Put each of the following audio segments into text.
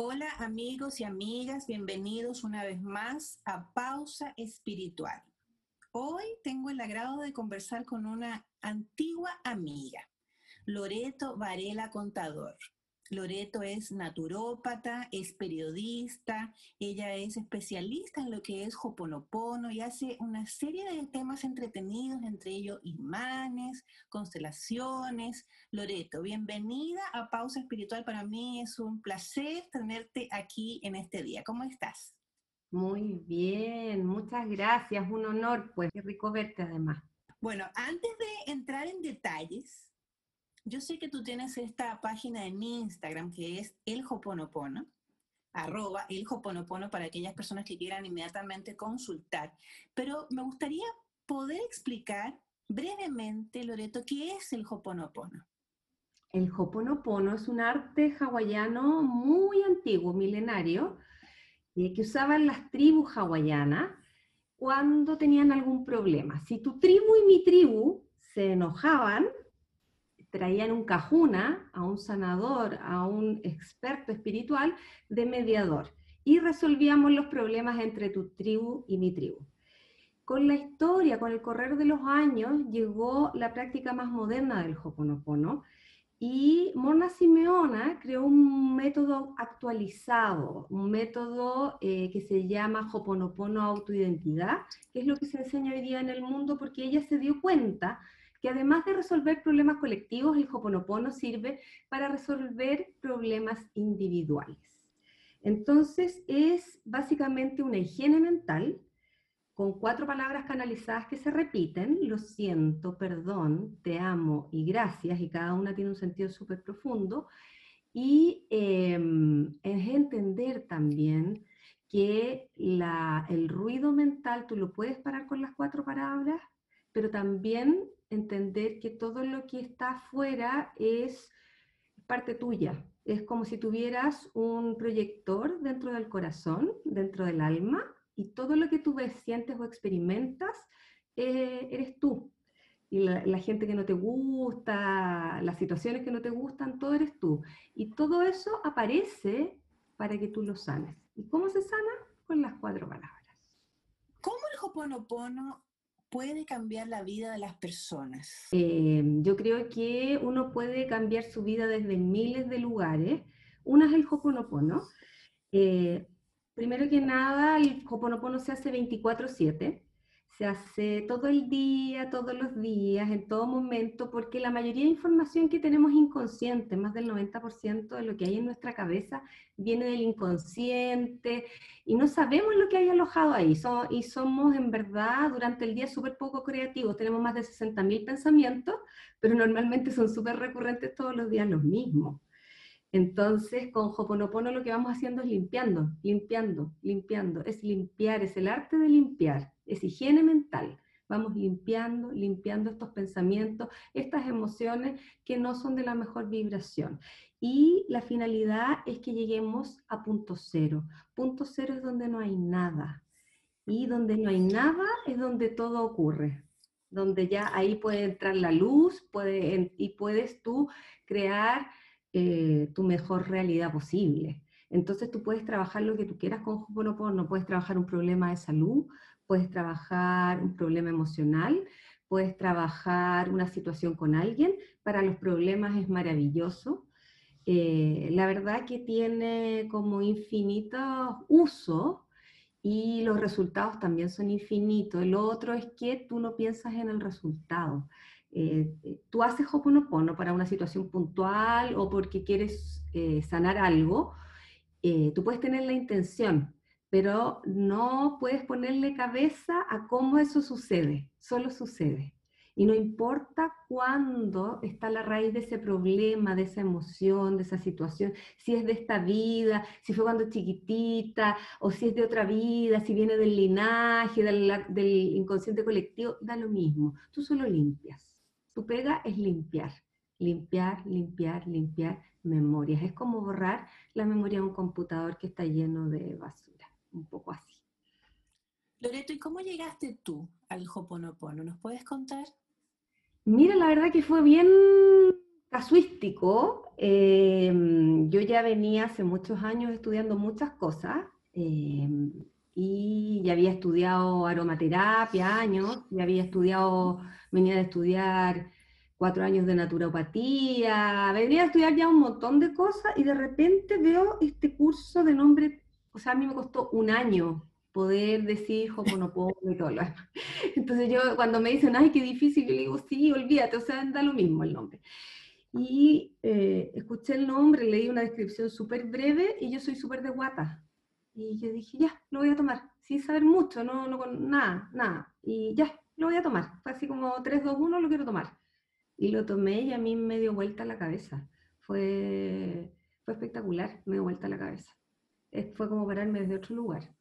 Hola amigos y amigas, bienvenidos una vez más a Pausa Espiritual. Hoy tengo el agrado de conversar con una antigua amiga, Loreto Varela Contador. Loreto es naturópata, es periodista, ella es especialista en lo que es Hoponopono y hace una serie de temas entretenidos, entre ellos imanes, constelaciones. Loreto, bienvenida a Pausa Espiritual. Para mí es un placer tenerte aquí en este día. ¿Cómo estás? Muy bien, muchas gracias, un honor, pues, qué rico verte además. Bueno, antes de entrar en detalles, yo sé que tú tienes esta página en Instagram que es El Hoponopono, @ El Hoponopono para aquellas personas que quieran inmediatamente consultar. Pero me gustaría poder explicar brevemente, Loreto, qué es el Hoponopono. El Hoponopono es un arte hawaiano muy antiguo, milenario, que usaban las tribus hawaianas cuando tenían algún problema. Si tu tribu y mi tribu se enojaban, traían un kahuna, a un sanador, a un experto espiritual de mediador, y resolvíamos los problemas entre tu tribu y mi tribu. Con la historia, con el correr de los años, llegó la práctica más moderna del Hoponopono y Mona Simeona creó un método actualizado, un método que se llama Hoponopono Autoidentidad, que es lo que se enseña hoy día en el mundo porque ella se dio cuenta que además de resolver problemas colectivos, el Hoponopono sirve para resolver problemas individuales. Entonces es básicamente una higiene mental con 4 palabras canalizadas que se repiten: lo siento, perdón, te amo y gracias, y cada una tiene un sentido súper profundo, y es entender también que el ruido mental tú lo puedes parar con las 4 palabras, pero también entender que todo lo que está afuera es parte tuya. Es como si tuvieras un proyector dentro del corazón, dentro del alma, y todo lo que tú ves, sientes o experimentas, eres tú. Y la gente que no te gusta, las situaciones que no te gustan, todo eres tú. Y todo eso aparece para que tú lo sanes. ¿Y cómo se sana? Con las 4 palabras. ¿Cómo el Hoponopono puede cambiar la vida de las personas? Yo creo que uno puede cambiar su vida desde miles de lugares. Una es el Hoponopono. Eh, Primero que nada, el Hoponopono se hace 24/7, se hace todo el día, todos los días, en todo momento, porque la mayoría de información que tenemos inconsciente, más del 90% de lo que hay en nuestra cabeza, viene del inconsciente, y no sabemos lo que hay alojado ahí, y somos en verdad durante el día súper poco creativos, tenemos más de 60.000 pensamientos, pero normalmente son súper recurrentes todos los días los mismos. Entonces, con Hoponopono lo que vamos haciendo es limpiando, limpiando, limpiando. Es limpiar, es el arte de limpiar, es higiene mental. Vamos limpiando, limpiando estos pensamientos, estas emociones que no son de la mejor vibración. Y la finalidad es que lleguemos a punto cero. Punto cero es donde no hay nada. Y donde no hay nada es donde todo ocurre. Donde ya ahí puede entrar la luz y puedes tú crear tu mejor realidad posible. Entonces tú puedes trabajar lo que tú quieras con Ho'oponopono, puedes trabajar un problema de salud, puedes trabajar un problema emocional, puedes trabajar una situación con alguien. Para los problemas es maravilloso. La verdad que tiene como infinitos usos y los resultados también son infinitos. Lo otro es que tú no piensas en el resultado. Tú haces Ho'oponopono para una situación puntual o porque quieres sanar algo. Tú puedes tener la intención, pero no puedes ponerle cabeza a cómo eso sucede, solo sucede. Y no importa cuándo está la raíz de ese problema, de esa emoción, de esa situación, si es de esta vida, si fue cuando chiquitita, o si es de otra vida, si viene del linaje, del inconsciente colectivo, da lo mismo. Tú solo limpias. Tu pega es limpiar, limpiar, limpiar, limpiar memorias. Es como borrar la memoria de un computador que está lleno de basura, un poco así. Loreto, ¿y cómo llegaste tú al Hoponopono? ¿Nos puedes contar? Mira, la verdad que fue bien casuístico. Yo ya venía hace muchos años estudiando muchas cosas y ya había estudiado aromaterapia años, ya había estudiado, venía de estudiar 4 años de naturopatía, venía a estudiar ya un montón de cosas y de repente veo este curso de nombre, o sea, a mí me costó un año poder decir Hoponopono y todo lo demás. Entonces yo cuando me dicen, ay, qué difícil, yo le digo, sí, olvídate, o sea, da lo mismo el nombre. Y escuché el nombre, leí una descripción súper breve y yo soy súper de guata. Y yo dije, ya, lo voy a tomar, sin saber mucho, no con nada, nada. Y ya, lo voy a tomar. Fue así como 3 2 1 lo quiero tomar. Y lo tomé y a mí me dio vuelta la cabeza. Fue espectacular, me dio vuelta la cabeza. Fue como pararme desde otro lugar.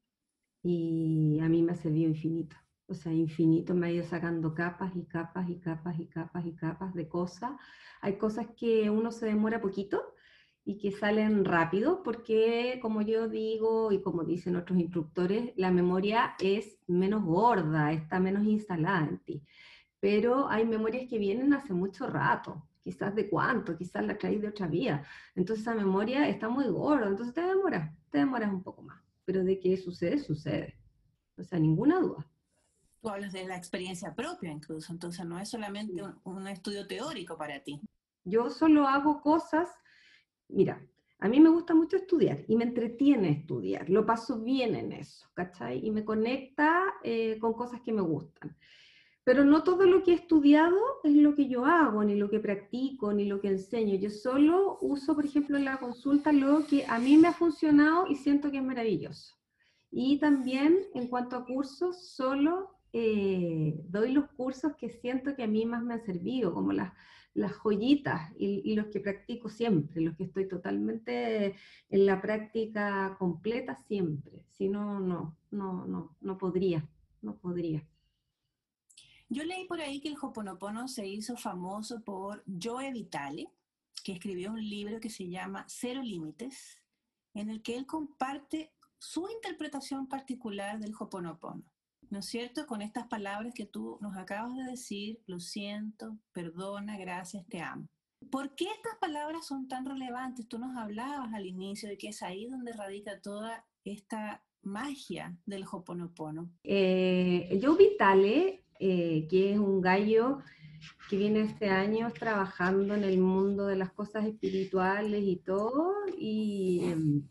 Y a mí me ha servido infinito. O sea, infinito, me ha ido sacando capas y capas y capas y capas y capas de cosas. Hay cosas que uno se demora poquito y que salen rápido porque, como yo digo y como dicen otros instructores, la memoria es menos gorda, está menos instalada en ti. Pero hay memorias que vienen hace mucho rato, quizás de cuánto, quizás la traes de otra vida. Entonces esa memoria está muy gorda, entonces te demoras un poco más. Pero de que sucede, sucede. O sea, ninguna duda. Tú hablas de la experiencia propia incluso, entonces no es solamente un estudio teórico para ti. Yo solo hago cosas, mira, a mí me gusta mucho estudiar y me entretiene estudiar, lo paso bien en eso, ¿cachai? Y me conecta con cosas que me gustan. Pero no todo lo que he estudiado es lo que yo hago, ni lo que practico, ni lo que enseño. Yo solo uso, por ejemplo, en la consulta lo que a mí me ha funcionado y siento que es maravilloso. Y también en cuanto a cursos, solo doy los cursos que siento que a mí más me han servido, como las joyitas y los que practico siempre, los que estoy totalmente en la práctica completa siempre. Si no, no podría, no podría. Yo leí por ahí que el Hoponopono se hizo famoso por Joe Vitale, que escribió un libro que se llama Cero Límites, en el que él comparte su interpretación particular del Hoponopono. ¿No es cierto? Con estas palabras que tú nos acabas de decir, lo siento, perdona, gracias, te amo. ¿Por qué estas palabras son tan relevantes? Tú nos hablabas al inicio de que es ahí donde radica toda esta magia del Hoponopono. Joe Vitale, que es un gallo que viene este año trabajando en el mundo de las cosas espirituales y todo, y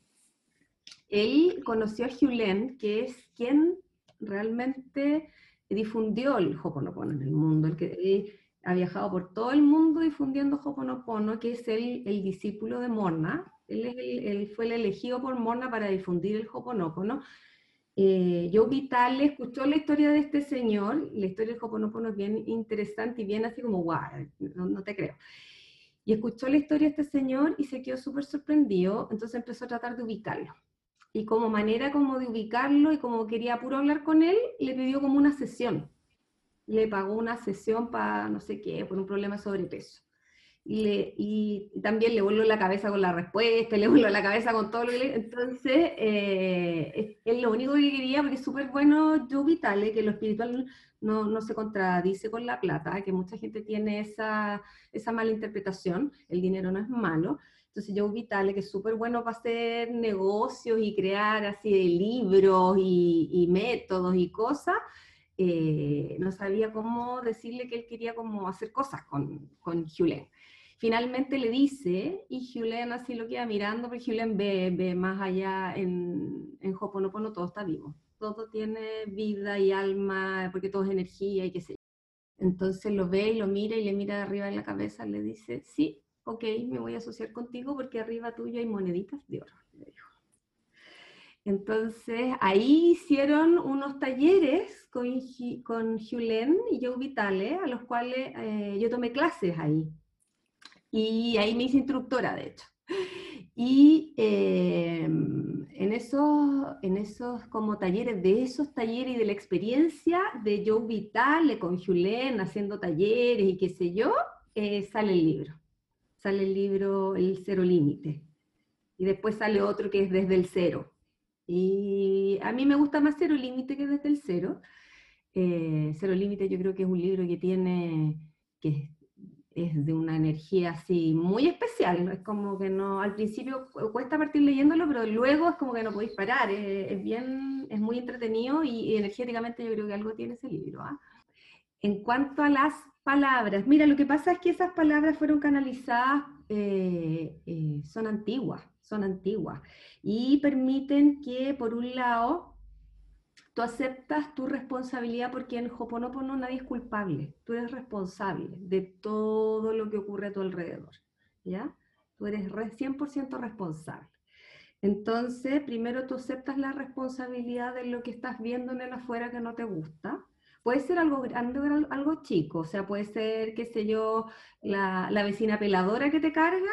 él conoció a Hugh Len, que es quien realmente difundió el Hoponopono en el mundo, el que él ha viajado por todo el mundo difundiendo Hoponopono, que es el discípulo de Morna. Él fue el elegido por Morna para difundir el Hoponopono. Joe Vitale escuchó la historia de este señor, la historia del Hoponopono es bien interesante y bien así como, guau, no te creo. Y escuchó la historia de este señor y se quedó súper sorprendido, entonces empezó a tratar de ubicarlo. Y como manera como de ubicarlo y como quería puro hablar con él, le pidió como una sesión. Le pagó una sesión para no sé qué, por un problema de sobrepeso. Y también le voló la cabeza con la respuesta, le voló la cabeza con todo lo que le... Entonces, es lo único que quería, porque es súper bueno Joe Vitale, que lo espiritual no se contradice con la plata, que mucha gente tiene esa mala interpretación, el dinero no es malo. Entonces Joe Vitale, que es súper bueno para hacer negocios y crear así de libros y métodos y cosas, no sabía cómo decirle que él quería como hacer cosas con Hugh. Finalmente le dice, y Julen así lo queda mirando, porque Julen ve más allá en Hoponopono, todo está vivo. Todo tiene vida y alma, porque todo es energía y qué sé yo. Entonces lo ve y lo mira y le mira de arriba en la cabeza, le dice, sí, ok, me voy a asociar contigo porque arriba tuyo hay moneditas de oro, le dijo. Entonces ahí hicieron unos talleres con Julen y Joe Vitale, a los cuales yo tomé clases ahí. Y ahí me hice instructora, de hecho. Y en esos como talleres, de esos talleres y de la experiencia de Joe Vitale con Julen haciendo talleres y qué sé yo, sale el libro. Sale el libro El Cero Límite. Y después sale otro que es Desde el Cero. Y a mí me gusta más Cero Límite que Desde el Cero. Cero Límite yo creo que es un libro que tiene, que es de una energía así muy especial, ¿no? Es como que no, al principio cuesta partir leyéndolo, pero luego es como que no podéis parar, es muy entretenido y energéticamente yo creo que algo tiene ese libro, ¿ah? En cuanto a las palabras, mira, lo que pasa es que esas palabras fueron canalizadas, son antiguas, y permiten que, por un lado, tú aceptas tu responsabilidad, porque en Ho'oponopono nadie es culpable, tú eres responsable de todo lo que ocurre a tu alrededor, ¿ya? Tú eres 100% responsable. Entonces, primero tú aceptas la responsabilidad de lo que estás viendo en el afuera que no te gusta. Puede ser algo grande o algo chico, o sea, puede ser, qué sé yo, la vecina peladora que te carga,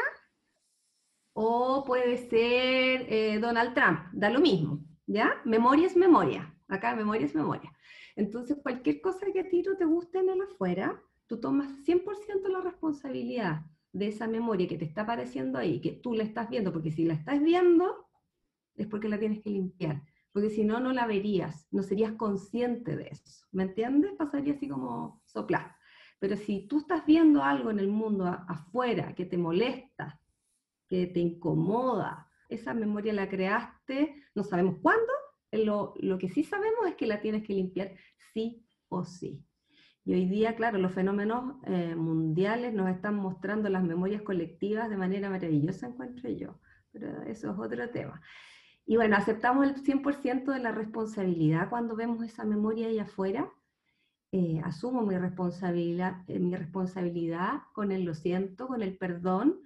o puede ser Donald Trump, da lo mismo, ¿ya? Memoria es memoria, acá memoria es memoria. Entonces, cualquier cosa que a ti no te guste en el afuera, tú tomas 100% la responsabilidad de esa memoria que te está apareciendo ahí, que tú la estás viendo, porque si la estás viendo, es porque la tienes que limpiar, porque si no, no la verías, no serías consciente de eso, ¿me entiendes? Pasaría así como soplar. Pero si tú estás viendo algo en el mundo afuera que te molesta, que te incomoda, esa memoria la creaste, no sabemos cuándo, lo que sí sabemos es que la tienes que limpiar sí o sí. Y hoy día, claro, los fenómenos mundiales nos están mostrando las memorias colectivas de manera maravillosa, encuentro yo, pero eso es otro tema. Y bueno, aceptamos el 100% de la responsabilidad cuando vemos esa memoria ahí afuera. Asumo mi responsabilidad con el lo siento, con el perdón.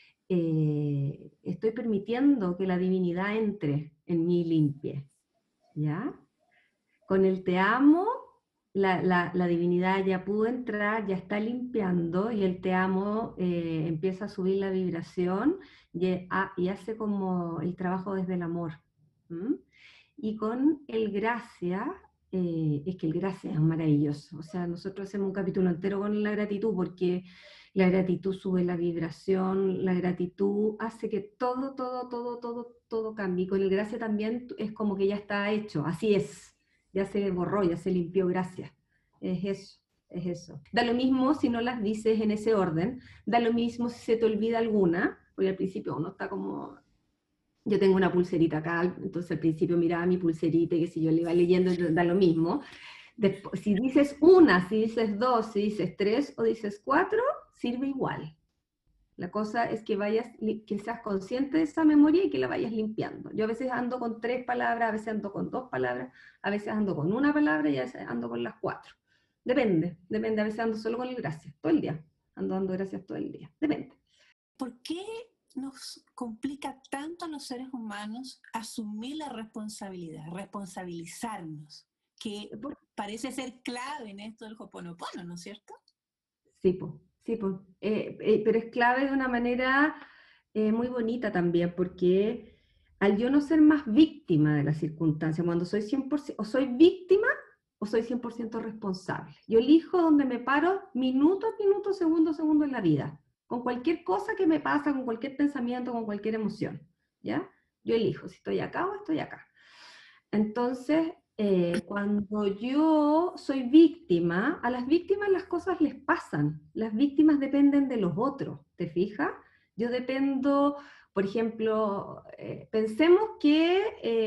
Estoy permitiendo que la divinidad entre en mí y limpie, ¿ya? Con el te amo, la divinidad ya pudo entrar, ya está limpiando, y el te amo empieza a subir la vibración y hace como el trabajo desde el amor. ¿Mm? Y con el gracias, es que el gracias es maravilloso. O sea, nosotros hacemos un capítulo entero con la gratitud, porque la gratitud sube la vibración, la gratitud hace que todo cambie. Y con el gracias también es como que ya está hecho, así es, ya se borró, ya se limpió, gracias. Es eso, es eso. Da lo mismo si no las dices en ese orden, da lo mismo si se te olvida alguna, porque al principio uno está como... Yo tengo una pulserita acá, entonces al principio miraba mi pulserita y que si yo le iba leyendo, da lo mismo. Después, si dices una, si dices dos, si dices tres o dices cuatro, sirve igual. La cosa es que que seas consciente de esa memoria y que la vayas limpiando. Yo a veces ando con 3 palabras, a veces ando con 2 palabras, a veces ando con una palabra y a veces ando con las 4. Depende, a veces ando solo con el gracias, todo el día. Ando dando gracias todo el día, depende. ¿Por qué nos complica tanto a los seres humanos asumir la responsabilidad, responsabilizarnos, que parece ser clave en esto del Ho'oponopono, ¿no es cierto? Sí, pues, pero es clave de una manera muy bonita también, porque al yo no ser más víctima de la circunstancia, cuando soy 100%, o soy víctima o soy 100% responsable. Yo elijo donde me paro minuto a minuto, segundo a segundo en la vida, con cualquier cosa que me pasa, con cualquier pensamiento, con cualquier emoción, ¿ya? Yo elijo si estoy acá o estoy acá. Entonces, cuando yo soy víctima, a las víctimas las cosas les pasan. Las víctimas dependen de los otros, ¿te fijas? Yo dependo, por ejemplo, pensemos que,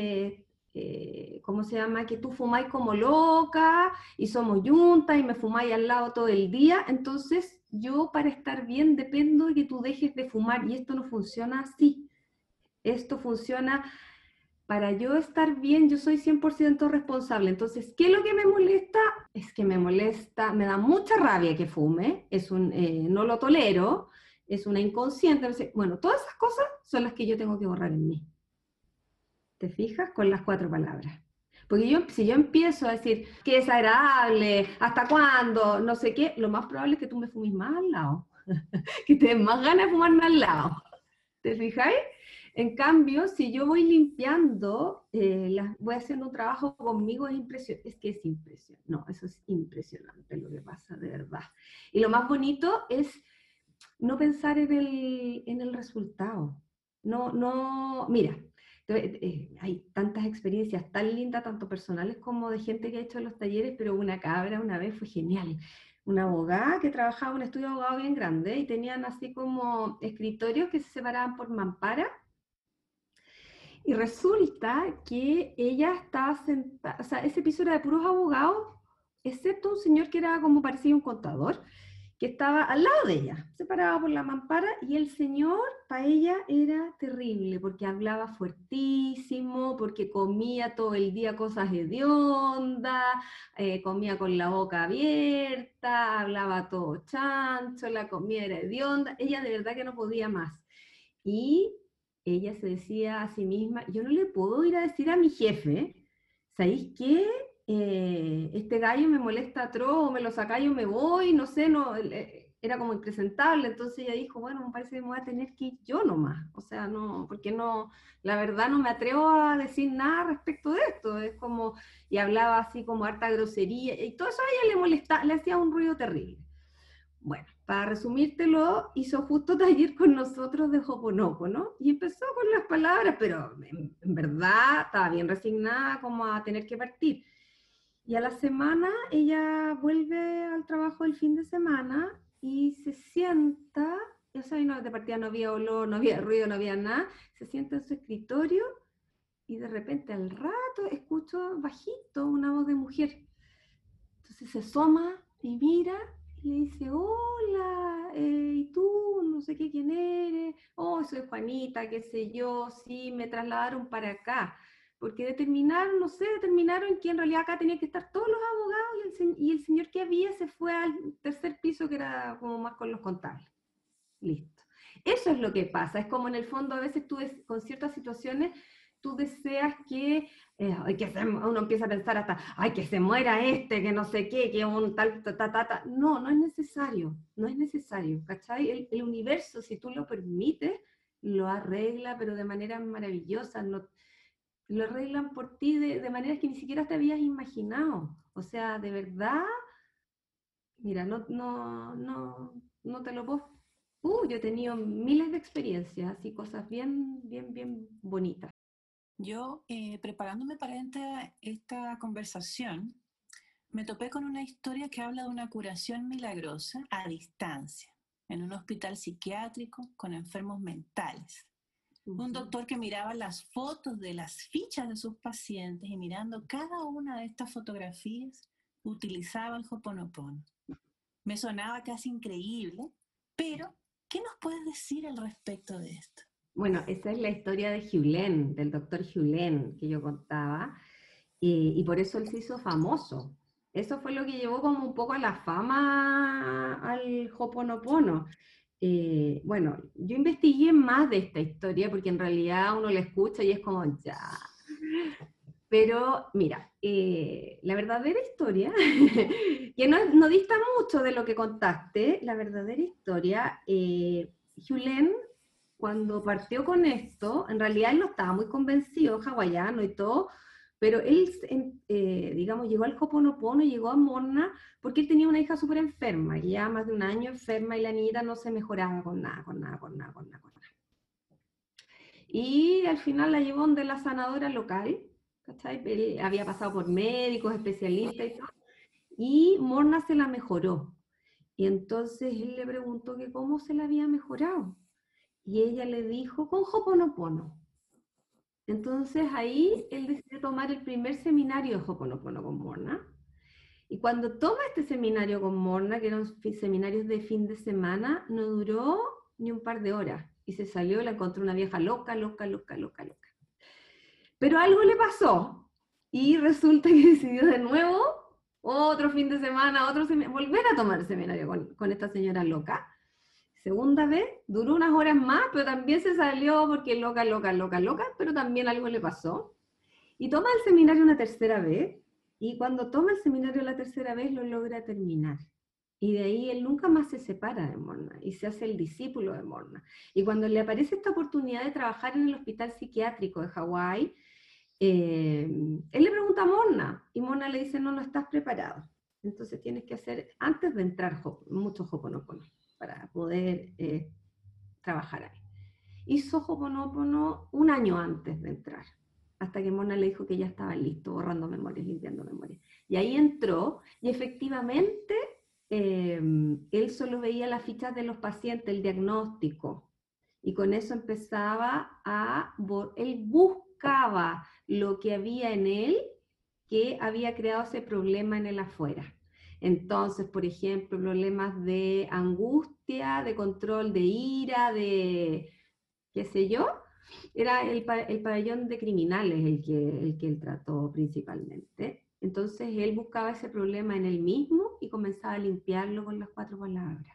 ¿cómo se llama? Que tú fumáis como loca y somos yuntas y me fumáis al lado todo el día. Entonces, yo para estar bien dependo de que tú dejes de fumar, y esto no funciona así. Esto funciona... Para yo estar bien, yo soy 100% responsable. Entonces, ¿qué es lo que me molesta? Es que me molesta, me da mucha rabia que fume, no lo tolero, es una inconsciente. Entonces, bueno, todas esas cosas son las que yo tengo que borrar en mí. ¿Te fijas? Con las 4 palabras. Porque si yo empiezo a decir, qué desagradable, ¿hasta cuándo? No sé qué, lo más probable es que tú me fumes más al lado, que te den más ganas de fumarme al lado. ¿Te fijáis? En cambio, si yo voy limpiando, voy haciendo un trabajo conmigo, es impresionante. Es que es impresionante. No, eso es impresionante lo que pasa, de verdad. Y lo más bonito es no pensar en el resultado. Mira, hay tantas experiencias tan lindas, tanto personales como de gente que ha hecho los talleres, pero una cabra una vez fue genial. una abogada que trabajaba en un estudio de abogado bien grande y tenían así como escritorios que se separaban por mampara. Y resulta que ella estaba sentada, o sea, ese piso era de puros abogados, excepto un señor que era como parecía un contador, que estaba al lado de ella, separado por la mampara, y el señor para ella era terrible, porque hablaba fuertísimo, porque comía todo el día cosas hediondas, comía con la boca abierta, hablaba todo chancho, la comida era hedionda, ella de verdad que no podía más. Y ella se decía a sí misma, yo no le puedo ir a decir a mi jefe, ¿sabéis qué? Este gallo me molesta atroz, o me lo sacáis o me voy, no sé, no, era como impresentable, entonces ella dijo, bueno, me parece que me voy a tener que ir yo nomás, o sea, no, porque no, la verdad no me atrevo a decir nada respecto de esto, es como, y hablaba así como harta grosería, y todo eso a ella le molestaba, le hacía un ruido terrible. Bueno, para resumírtelo, hizo justo taller con nosotros de Hoponopono y empezó con las palabras, pero en verdad estaba bien resignada como a tener que partir. Y a la semana ella vuelve al trabajo el fin de semana y se sienta, o sea, no, de partida no había olor, no había ruido, no había nada, se sienta en su escritorio y de repente al rato escucho bajito una voz de mujer. Entonces se asoma y mira y le dice, hola, ¿y tú? No sé qué, ¿quién eres? Oh, soy Juanita, qué sé yo, sí, me trasladaron para acá. Porque determinaron, no sé, determinaron que en realidad acá tenían que estar todos los abogados y el señor que había se fue al tercer piso que era como más con los contables. Listo. Eso es lo que pasa, es como en el fondo a veces tú con ciertas situaciones tú deseas que, uno empieza a pensar hasta, ay, que se muera este, que no sé qué, que un tal, ta. No, no es necesario, no es necesario, ¿cachai? El universo, si tú lo permites, lo arregla, pero de manera maravillosa, no, lo arreglan por ti de maneras que ni siquiera te habías imaginado. O sea, de verdad, mira, no te lo puedo. Yo he tenido miles de experiencias y cosas bien bonitas. Yo, preparándome para esta conversación, me topé con una historia que habla de una curación milagrosa a distancia, en un hospital psiquiátrico con enfermos mentales. Un doctor que miraba las fotos de las fichas de sus pacientes y mirando cada una de estas fotografías utilizaba el Hoponopono. Me sonaba casi increíble, pero ¿qué nos puedes decir al respecto de esto? Bueno, esa es la historia de Hugh del doctor Hugh que yo contaba, y por eso él se hizo famoso. Eso fue lo que llevó como un poco a la fama al Hoponopono. Bueno, yo investigué más de esta historia porque en realidad uno la escucha y es como, ya. Pero mira, la verdadera historia, que no dista mucho de lo que contaste, la verdadera historia, Hugh cuando partió con esto, en realidad él no estaba muy convencido, hawaiano y todo, pero él, digamos, llegó al Hoponopono, llegó a Morna, porque él tenía una hija súper enferma, ya más de un año enferma, y la niñita no se mejoraba con nada. Y al final la llevó donde la sanadora local, ¿cachai? Él había pasado por médicos, especialistas y todo, y Morna se la mejoró. Y entonces él le preguntó que cómo se la había mejorado. Y ella le dijo, con Hoponopono. Entonces ahí él decidió tomar el primer seminario de Hoponopono con Morna. Y cuando toma este seminario con Morna, que eran seminarios de fin de semana, no duró ni un par de horas. Y se salió y la encontró una vieja loca. Pero algo le pasó. Y resulta que decidió de nuevo, otro fin de semana, volver a tomar el seminario con esta señora loca. Segunda vez, duró unas horas más, pero también se salió porque loca, pero también algo le pasó. Y toma el seminario una tercera vez, y cuando toma el seminario la tercera vez lo logra terminar. Y de ahí él nunca más se separa de Morna y se hace el discípulo de Morna. Y cuando le aparece esta oportunidad de trabajar en el hospital psiquiátrico de Hawái, él le pregunta a Morna, y Morna le dice, no estás preparado. Entonces tienes que hacer, antes de entrar, mucho Hoponopono para poder trabajar ahí. Hizo Hoponopono un año antes de entrar, hasta que Mona le dijo que ya estaba listo, borrando memorias, limpiando memorias. Y ahí entró, y efectivamente él solo veía las fichas de los pacientes, el diagnóstico, y con eso empezaba él buscaba lo que había en él que había creado ese problema en el afuera. Entonces, por ejemplo, problemas de angustia, de control de ira, de qué sé yo, era el pabellón de criminales el que él trató principalmente. Entonces él buscaba ese problema en él mismo y comenzaba a limpiarlo con las 4 palabras.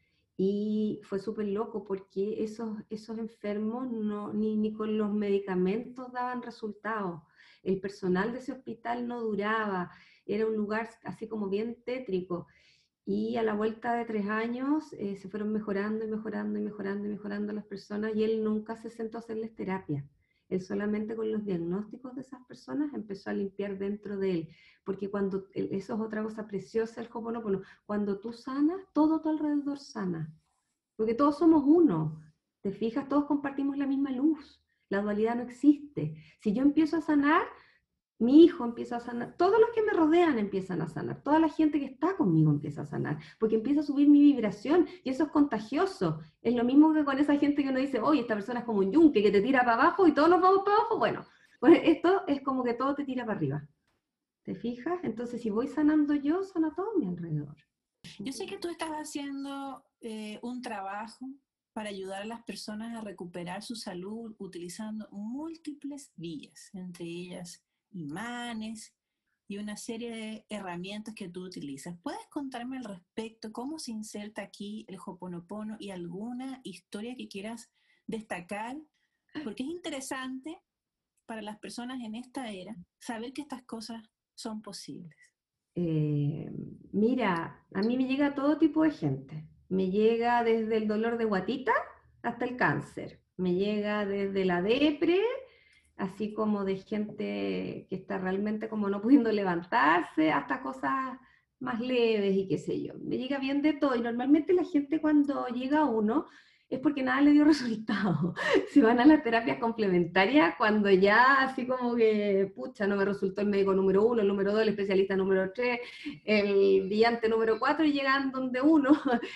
Y fue súper loco porque esos enfermos ni con los medicamentos daban resultados. El personal de ese hospital no duraba, era un lugar así como bien tétrico. Y a la vuelta de 3 años se fueron mejorando y mejorando y mejorando y mejorando las personas y él nunca se sentó a hacerles terapia. Él solamente con los diagnósticos de esas personas empezó a limpiar dentro de él. Porque eso es otra cosa preciosa el Ho'oponopono, cuando tú sanas, todo a tu alrededor sana. Porque todos somos uno. ¿Te fijas? Todos compartimos la misma luz. La dualidad no existe. Si yo empiezo a sanar, mi hijo empieza a sanar, todos los que me rodean empiezan a sanar, toda la gente que está conmigo empieza a sanar, porque empieza a subir mi vibración y eso es contagioso. Es lo mismo que con esa gente que uno dice, oye, esta persona es como un yunque que te tira para abajo y todos nos vamos para abajo. Bueno, pues esto es como que todo te tira para arriba. ¿Te fijas? Entonces, si voy sanando yo, sana todo a mi alrededor. Yo sé que tú estás haciendo un trabajo para ayudar a las personas a recuperar su salud utilizando múltiples vías, entre ellas imanes y una serie de herramientas que tú utilizas. ¿Puedes contarme al respecto cómo se inserta aquí el Ho'oponopono y alguna historia que quieras destacar? Porque es interesante para las personas en esta era saber que estas cosas son posibles. Eh, Mira, a mí me llega todo tipo de gente. Me llega desde el dolor de guatita hasta el cáncer. Me llega desde la depre, así como de gente que está realmente como no pudiendo levantarse, hasta cosas más leves y qué sé yo. Me llega bien de todo y normalmente la gente cuando llega a uno es porque nada le dio resultado. Se van a las terapias complementarias cuando ya así como que, pucha, no me resultó el médico número 1, el número 2, el especialista número 3, el brillante número 4 y llegan donde uno.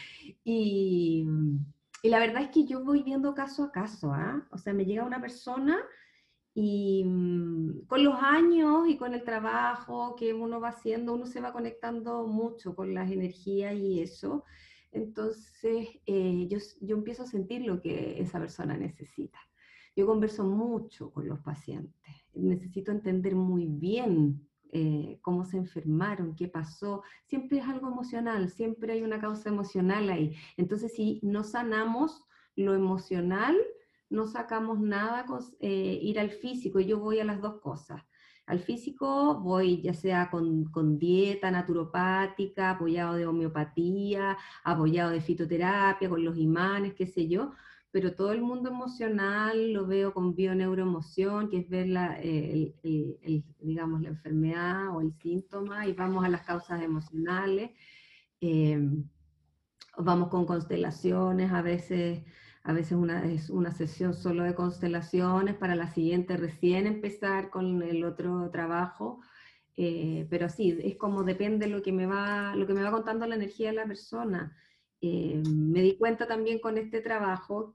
Y, y la verdad es que yo voy viendo caso a caso, ¿ah? O sea, me llega una persona y con los años y con el trabajo que uno va haciendo, uno se va conectando mucho con las energías y eso. Entonces, yo empiezo a sentir lo que esa persona necesita. Yo converso mucho con los pacientes. Necesito entender muy bien cómo se enfermaron, qué pasó. Siempre es algo emocional, siempre hay una causa emocional ahí. Entonces, si no sanamos lo emocional, no sacamos nada con ir al físico, yo voy a las dos cosas. Al físico voy ya sea con dieta naturopática, apoyado de homeopatía, apoyado de fitoterapia, con los imanes, qué sé yo, pero todo el mundo emocional lo veo con bioneuroemoción, que es ver digamos, la enfermedad o el síntoma, y vamos a las causas emocionales. Eh, Vamos con constelaciones, a veces es una sesión solo de constelaciones, para la siguiente recién empezar con el otro trabajo, pero sí, es como depende lo que me va contando la energía de la persona. Me di cuenta también con este trabajo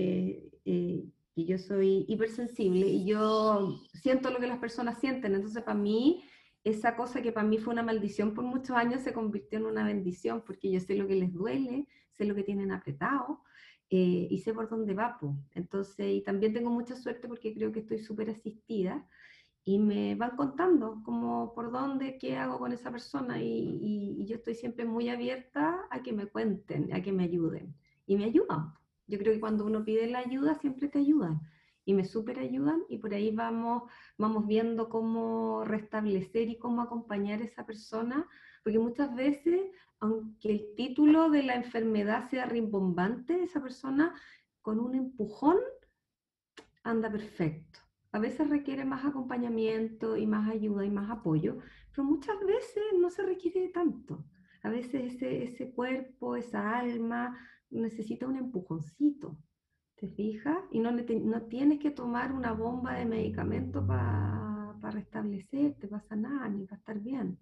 que yo soy hipersensible y yo siento lo que las personas sienten, entonces para mí esa cosa que para mí fue una maldición por muchos años se convirtió en una bendición, porque yo sé lo que les duele, sé lo que tienen apretado y sé por dónde va. Po. Entonces, y también tengo mucha suerte porque creo que estoy súper asistida y me van contando como por dónde, qué hago con esa persona y yo estoy siempre muy abierta a que me cuenten, a que me ayuden. Y me ayudan. Yo creo que cuando uno pide la ayuda, siempre te ayudan. Y me súper ayudan y por ahí vamos viendo cómo restablecer y cómo acompañar a esa persona, porque muchas veces, aunque el título de la enfermedad sea rimbombante, esa persona con un empujón anda perfecto. A veces requiere más acompañamiento y más ayuda y más apoyo, pero muchas veces no se requiere tanto. A veces ese cuerpo, esa alma necesita un empujoncito, ¿te fijas? Y no tienes que tomar una bomba de medicamento para restablecerte, para sanar, ni para estar bien.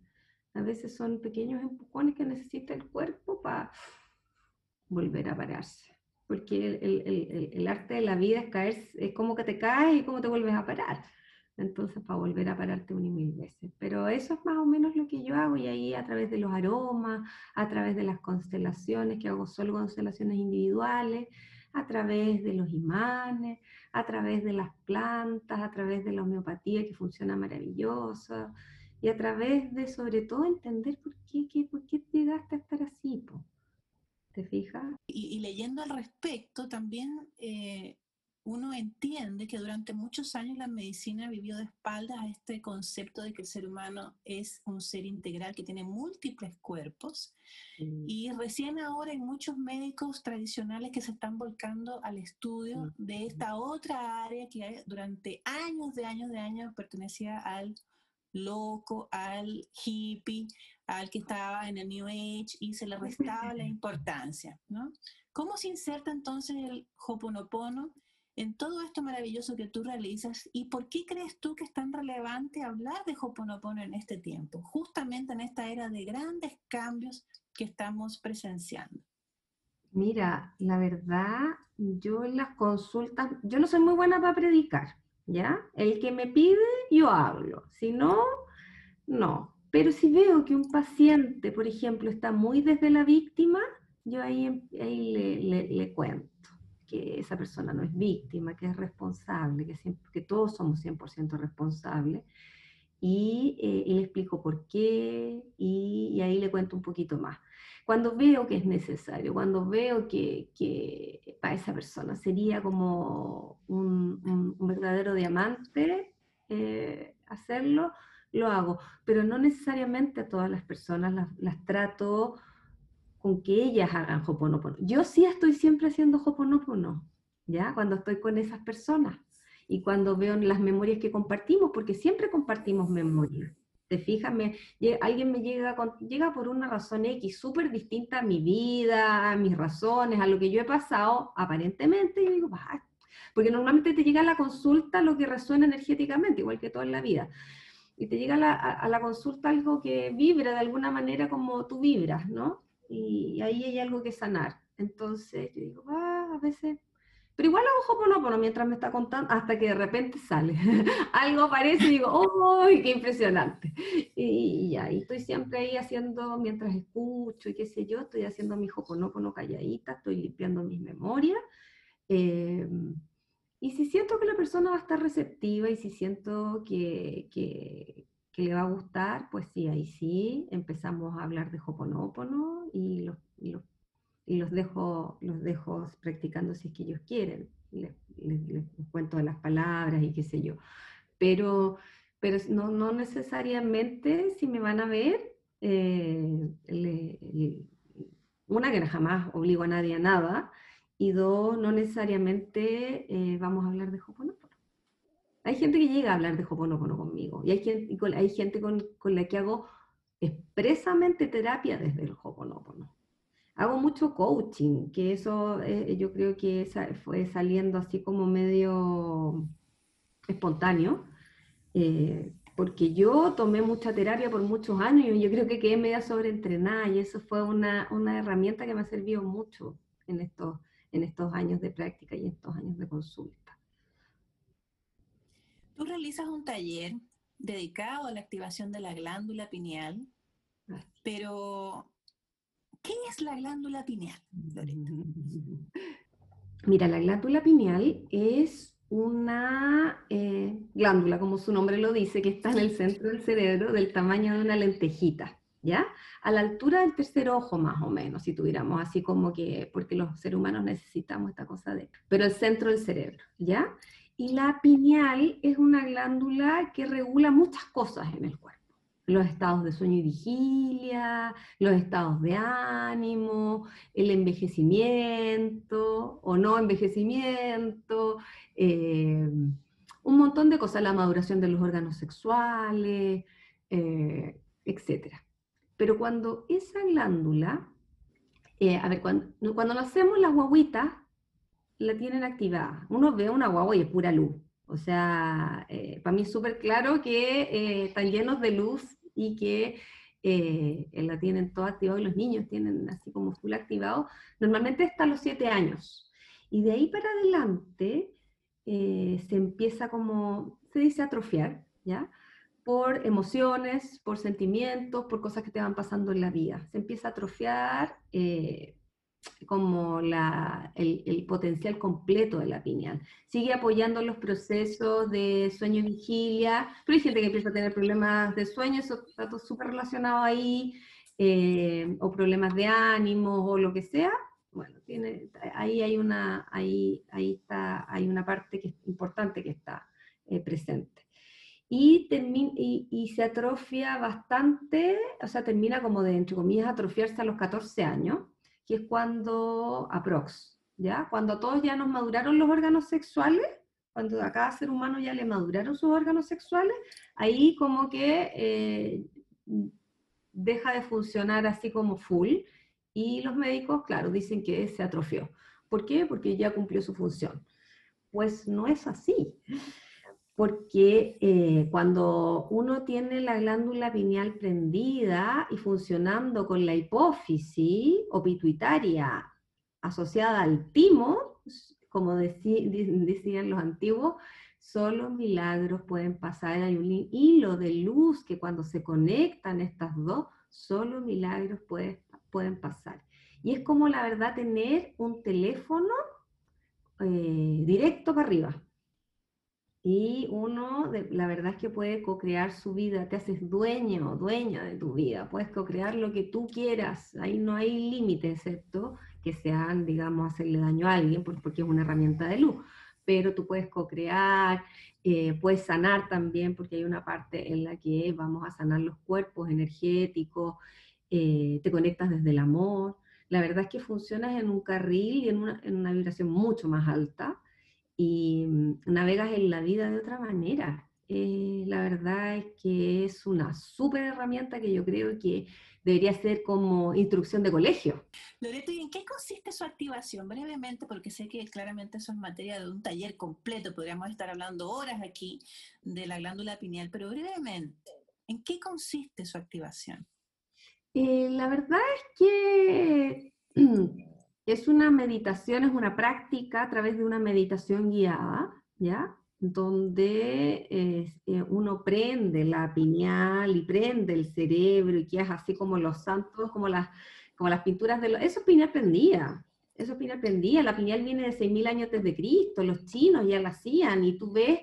A veces son pequeños empujones que necesita el cuerpo para volver a pararse. Porque el arte de la vida es caer, es como que te caes y cómo te vuelves a parar. Entonces, para volver a pararte una y mil veces. Pero eso es más o menos lo que yo hago, y ahí a través de los aromas, a través de las constelaciones, que hago solo constelaciones individuales, a través de los imanes, a través de las plantas, a través de la homeopatía, que funciona maravillosa, y a través de, sobre todo, entender por qué llegaste a estar así, po. ¿Te fijas? Y leyendo al respecto, también uno entiende que durante muchos años la medicina vivió de espaldas a este concepto de que el ser humano es un ser integral que tiene múltiples cuerpos. Y recién ahora hay muchos médicos tradicionales que se están volcando al estudio de esta otra área que durante años de años pertenecía al loco, al hippie, al que estaba en el New Age, y se le restaba la importancia, ¿no? ¿Cómo se inserta entonces el Ho'oponopono en todo esto maravilloso que tú realizas, y por qué crees tú que es tan relevante hablar de Ho'oponopono en este tiempo, justamente en esta era de grandes cambios que estamos presenciando? Mira, la verdad, yo en las consultas, yo no soy muy buena para predicar, ¿ya? El que me pide, yo hablo. Si no, no. Pero si veo que un paciente, por ejemplo, está muy desde la víctima, yo ahí le cuento que esa persona no es víctima, que es responsable, que todos somos 100% responsables, y le explico por qué, y ahí le cuento un poquito más. Cuando veo que es necesario, cuando veo que para esa persona sería como un verdadero diamante hacerlo, lo hago, pero no necesariamente a todas las personas las trato con que ellas hagan Ho'oponopono. Yo sí estoy siempre haciendo Ho'oponopono, ¿ya? Cuando estoy con esas personas y cuando veo las memorias que compartimos, porque siempre compartimos memorias. ¿Te fijas? Alguien me llega por una razón X súper distinta a mi vida, a mis razones, a lo que yo he pasado, aparentemente, y yo digo, ah, porque normalmente te llega a la consulta lo que resuena energéticamente, igual que todo en la vida. Y te llega a la consulta algo que vibra de alguna manera como tú vibras, ¿no? Y ahí hay algo que sanar. Entonces yo digo, a veces, pero igual hago Ho'oponopono mientras me está contando, hasta que de repente sale. Algo aparece y digo, ¡oh, qué impresionante! Y ya, y estoy siempre ahí haciendo, mientras escucho y qué sé yo, estoy haciendo mi Ho'oponopono calladita, estoy limpiando mis memorias. Eh, y si siento que la persona va a estar receptiva y si siento que le va a gustar, pues sí, ahí sí, empezamos a hablar de Ho'oponopono y los dejo practicando si es que ellos quieren. Les cuento de las palabras y qué sé yo. Pero, pero no necesariamente si me van a ver, una, que jamás obligo a nadie a nada, y dos, no necesariamente vamos a hablar de Ho'oponopono. Hay gente que llega a hablar de Ho'oponopono conmigo, y hay gente con la que hago expresamente terapia desde el Ho'oponopono. Hago mucho coaching, que eso yo creo que fue saliendo así como medio espontáneo, porque yo tomé mucha terapia por muchos años y yo creo que quedé media sobreentrenada, y eso fue una herramienta que me ha servido mucho en estos años de práctica y en estos años de consulta. Tú realizas un taller dedicado a la activación de la glándula pineal, pero ¿qué es la glándula pineal, Loretta? Mira, la glándula pineal es una glándula, como su nombre lo dice, que está en el centro del cerebro, del tamaño de una lentejita, ¿ya? A la altura del tercer ojo, más o menos, si tuviéramos así como que, porque los seres humanos necesitamos esta cosa pero el centro del cerebro, ¿ya? Y la pineal es una glándula que regula muchas cosas en el cuerpo. Los estados de sueño y vigilia, los estados de ánimo, el envejecimiento o no envejecimiento, un montón de cosas, la maduración de los órganos sexuales, etc. Pero cuando esa glándula, a ver, cuando nacemos las guaguitas, la tienen activada. Uno ve una guagua y es pura luz. O sea, para mí es súper claro que están llenos de luz y que la tienen todo activado y los niños tienen así como full activado, normalmente hasta los 7 años. Y de ahí para adelante se empieza como, se dice atrofiar, ¿ya? Por emociones, por sentimientos, por cosas que te van pasando en la vida. Se empieza a atrofiar como el potencial completo de la pineal. Sigue apoyando los procesos de sueño y vigilia, pero hay gente que empieza a tener problemas de sueño, eso está todo súper relacionado ahí, o problemas de ánimo o lo que sea. Bueno, ahí hay hay una parte que es importante que está presente. Y se atrofia bastante, o sea, termina como de, entre comillas, atrofiarse a los 14 años, que es cuando, ¿ya? Cuando a todos ya nos maduraron los órganos sexuales, cuando a cada ser humano ya le maduraron sus órganos sexuales, ahí como que deja de funcionar así como full, y los médicos, claro, dicen que se atrofió. ¿Por qué? Porque ya cumplió su función. Pues no es así, porque cuando uno tiene la glándula pineal prendida y funcionando con la hipófisis o pituitaria asociada al timo, como decían los antiguos, solo milagros pueden pasar. Hay un hilo de luz que cuando se conectan estas dos, solo milagros pueden pasar. Y es como la verdad tener un teléfono directo para arriba. Y uno, la verdad es que puede co-crear su vida, te haces dueño, dueña de tu vida, puedes co-crear lo que tú quieras, ahí no hay límites, excepto que sean, digamos, hacerle daño a alguien, porque es una herramienta de luz, pero tú puedes co-crear, puedes sanar también, porque hay una parte en la que vamos a sanar los cuerpos energéticos, te conectas desde el amor, la verdad es que funcionas en un carril y en una vibración mucho más alta, y navegas en la vida de otra manera. La verdad es que es una súper herramienta que yo creo que debería ser como instrucción de colegio. Loreto, ¿y en qué consiste su activación? Brevemente, porque sé que claramente eso es materia de un taller completo, podríamos estar hablando horas aquí de la glándula pineal, pero brevemente, ¿en qué consiste su activación? La verdad es que es una meditación, es una práctica a través de una meditación guiada, ¿ya? Donde uno prende la pineal y prende el cerebro y que es así como los santos, como las pinturas de los... Eso es pineal prendía, la pineal viene de 6.000 años antes de Cristo, los chinos ya la hacían y tú ves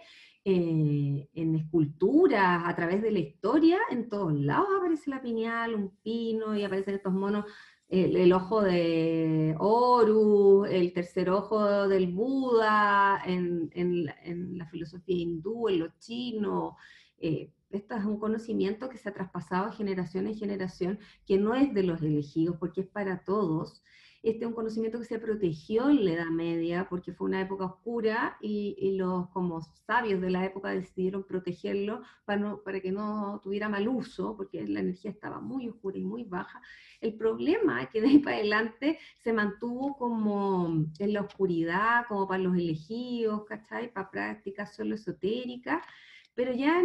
en esculturas, a través de la historia, en todos lados aparece la pineal, un pino, y aparecen estos monos, el ojo de Horus, el tercer ojo del Buda, en la filosofía hindú, en los chinos. Esto es un conocimiento que se ha traspasado de generación en generación, que no es de los elegidos, porque es para todos. Este es un conocimiento que se protegió en la Edad Media porque fue una época oscura y los como sabios de la época decidieron protegerlo para que no tuviera mal uso, porque la energía estaba muy oscura y muy baja. El problema es que de ahí para adelante se mantuvo como en la oscuridad, como para los elegidos, ¿cachai? Para prácticas solo esotéricas, pero ya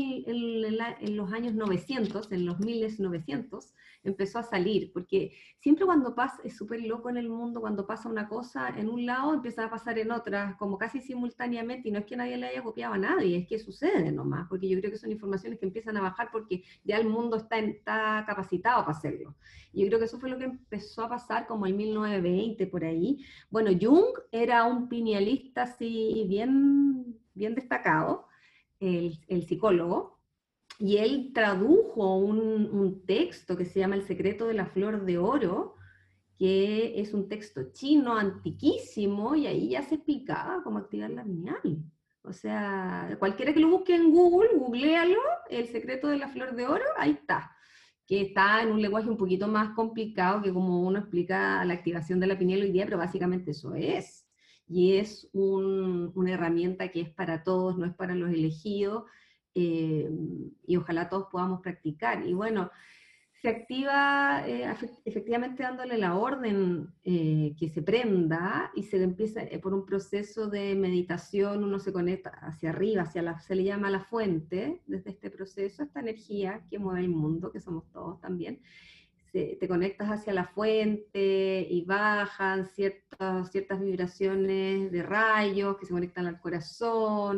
en los años 900, en los 1900, empezó a salir, porque siempre cuando pasa, es súper loco en el mundo, cuando pasa una cosa en un lado, empieza a pasar en otras, como casi simultáneamente, y no es que nadie le haya copiado a nadie, es que sucede nomás, porque yo creo que son informaciones que empiezan a bajar porque ya el mundo está capacitado para hacerlo. Y yo creo que eso fue lo que empezó a pasar como en 1920, por ahí. Bueno, Jung era un pinealista así bien destacado, el psicólogo, y él tradujo un texto que se llama El secreto de la flor de oro, que es un texto chino antiquísimo, y ahí ya se explicaba cómo activar la pineal. O sea, cualquiera que lo busque en Google, googlealo, El secreto de la flor de oro, ahí está. Que está en un lenguaje un poquito más complicado que como uno explica la activación de la pineal hoy día, pero básicamente eso es. Y es una herramienta que es para todos, no es para los elegidos, y ojalá todos podamos practicar. Y bueno, se activa efectivamente dándole la orden que se prenda y se empieza por un proceso de meditación, uno se conecta hacia arriba, se le llama la fuente, desde este proceso, esta energía que mueve el mundo, que somos todos también, te conectas hacia la fuente y bajan ciertas vibraciones de rayos que se conectan al corazón,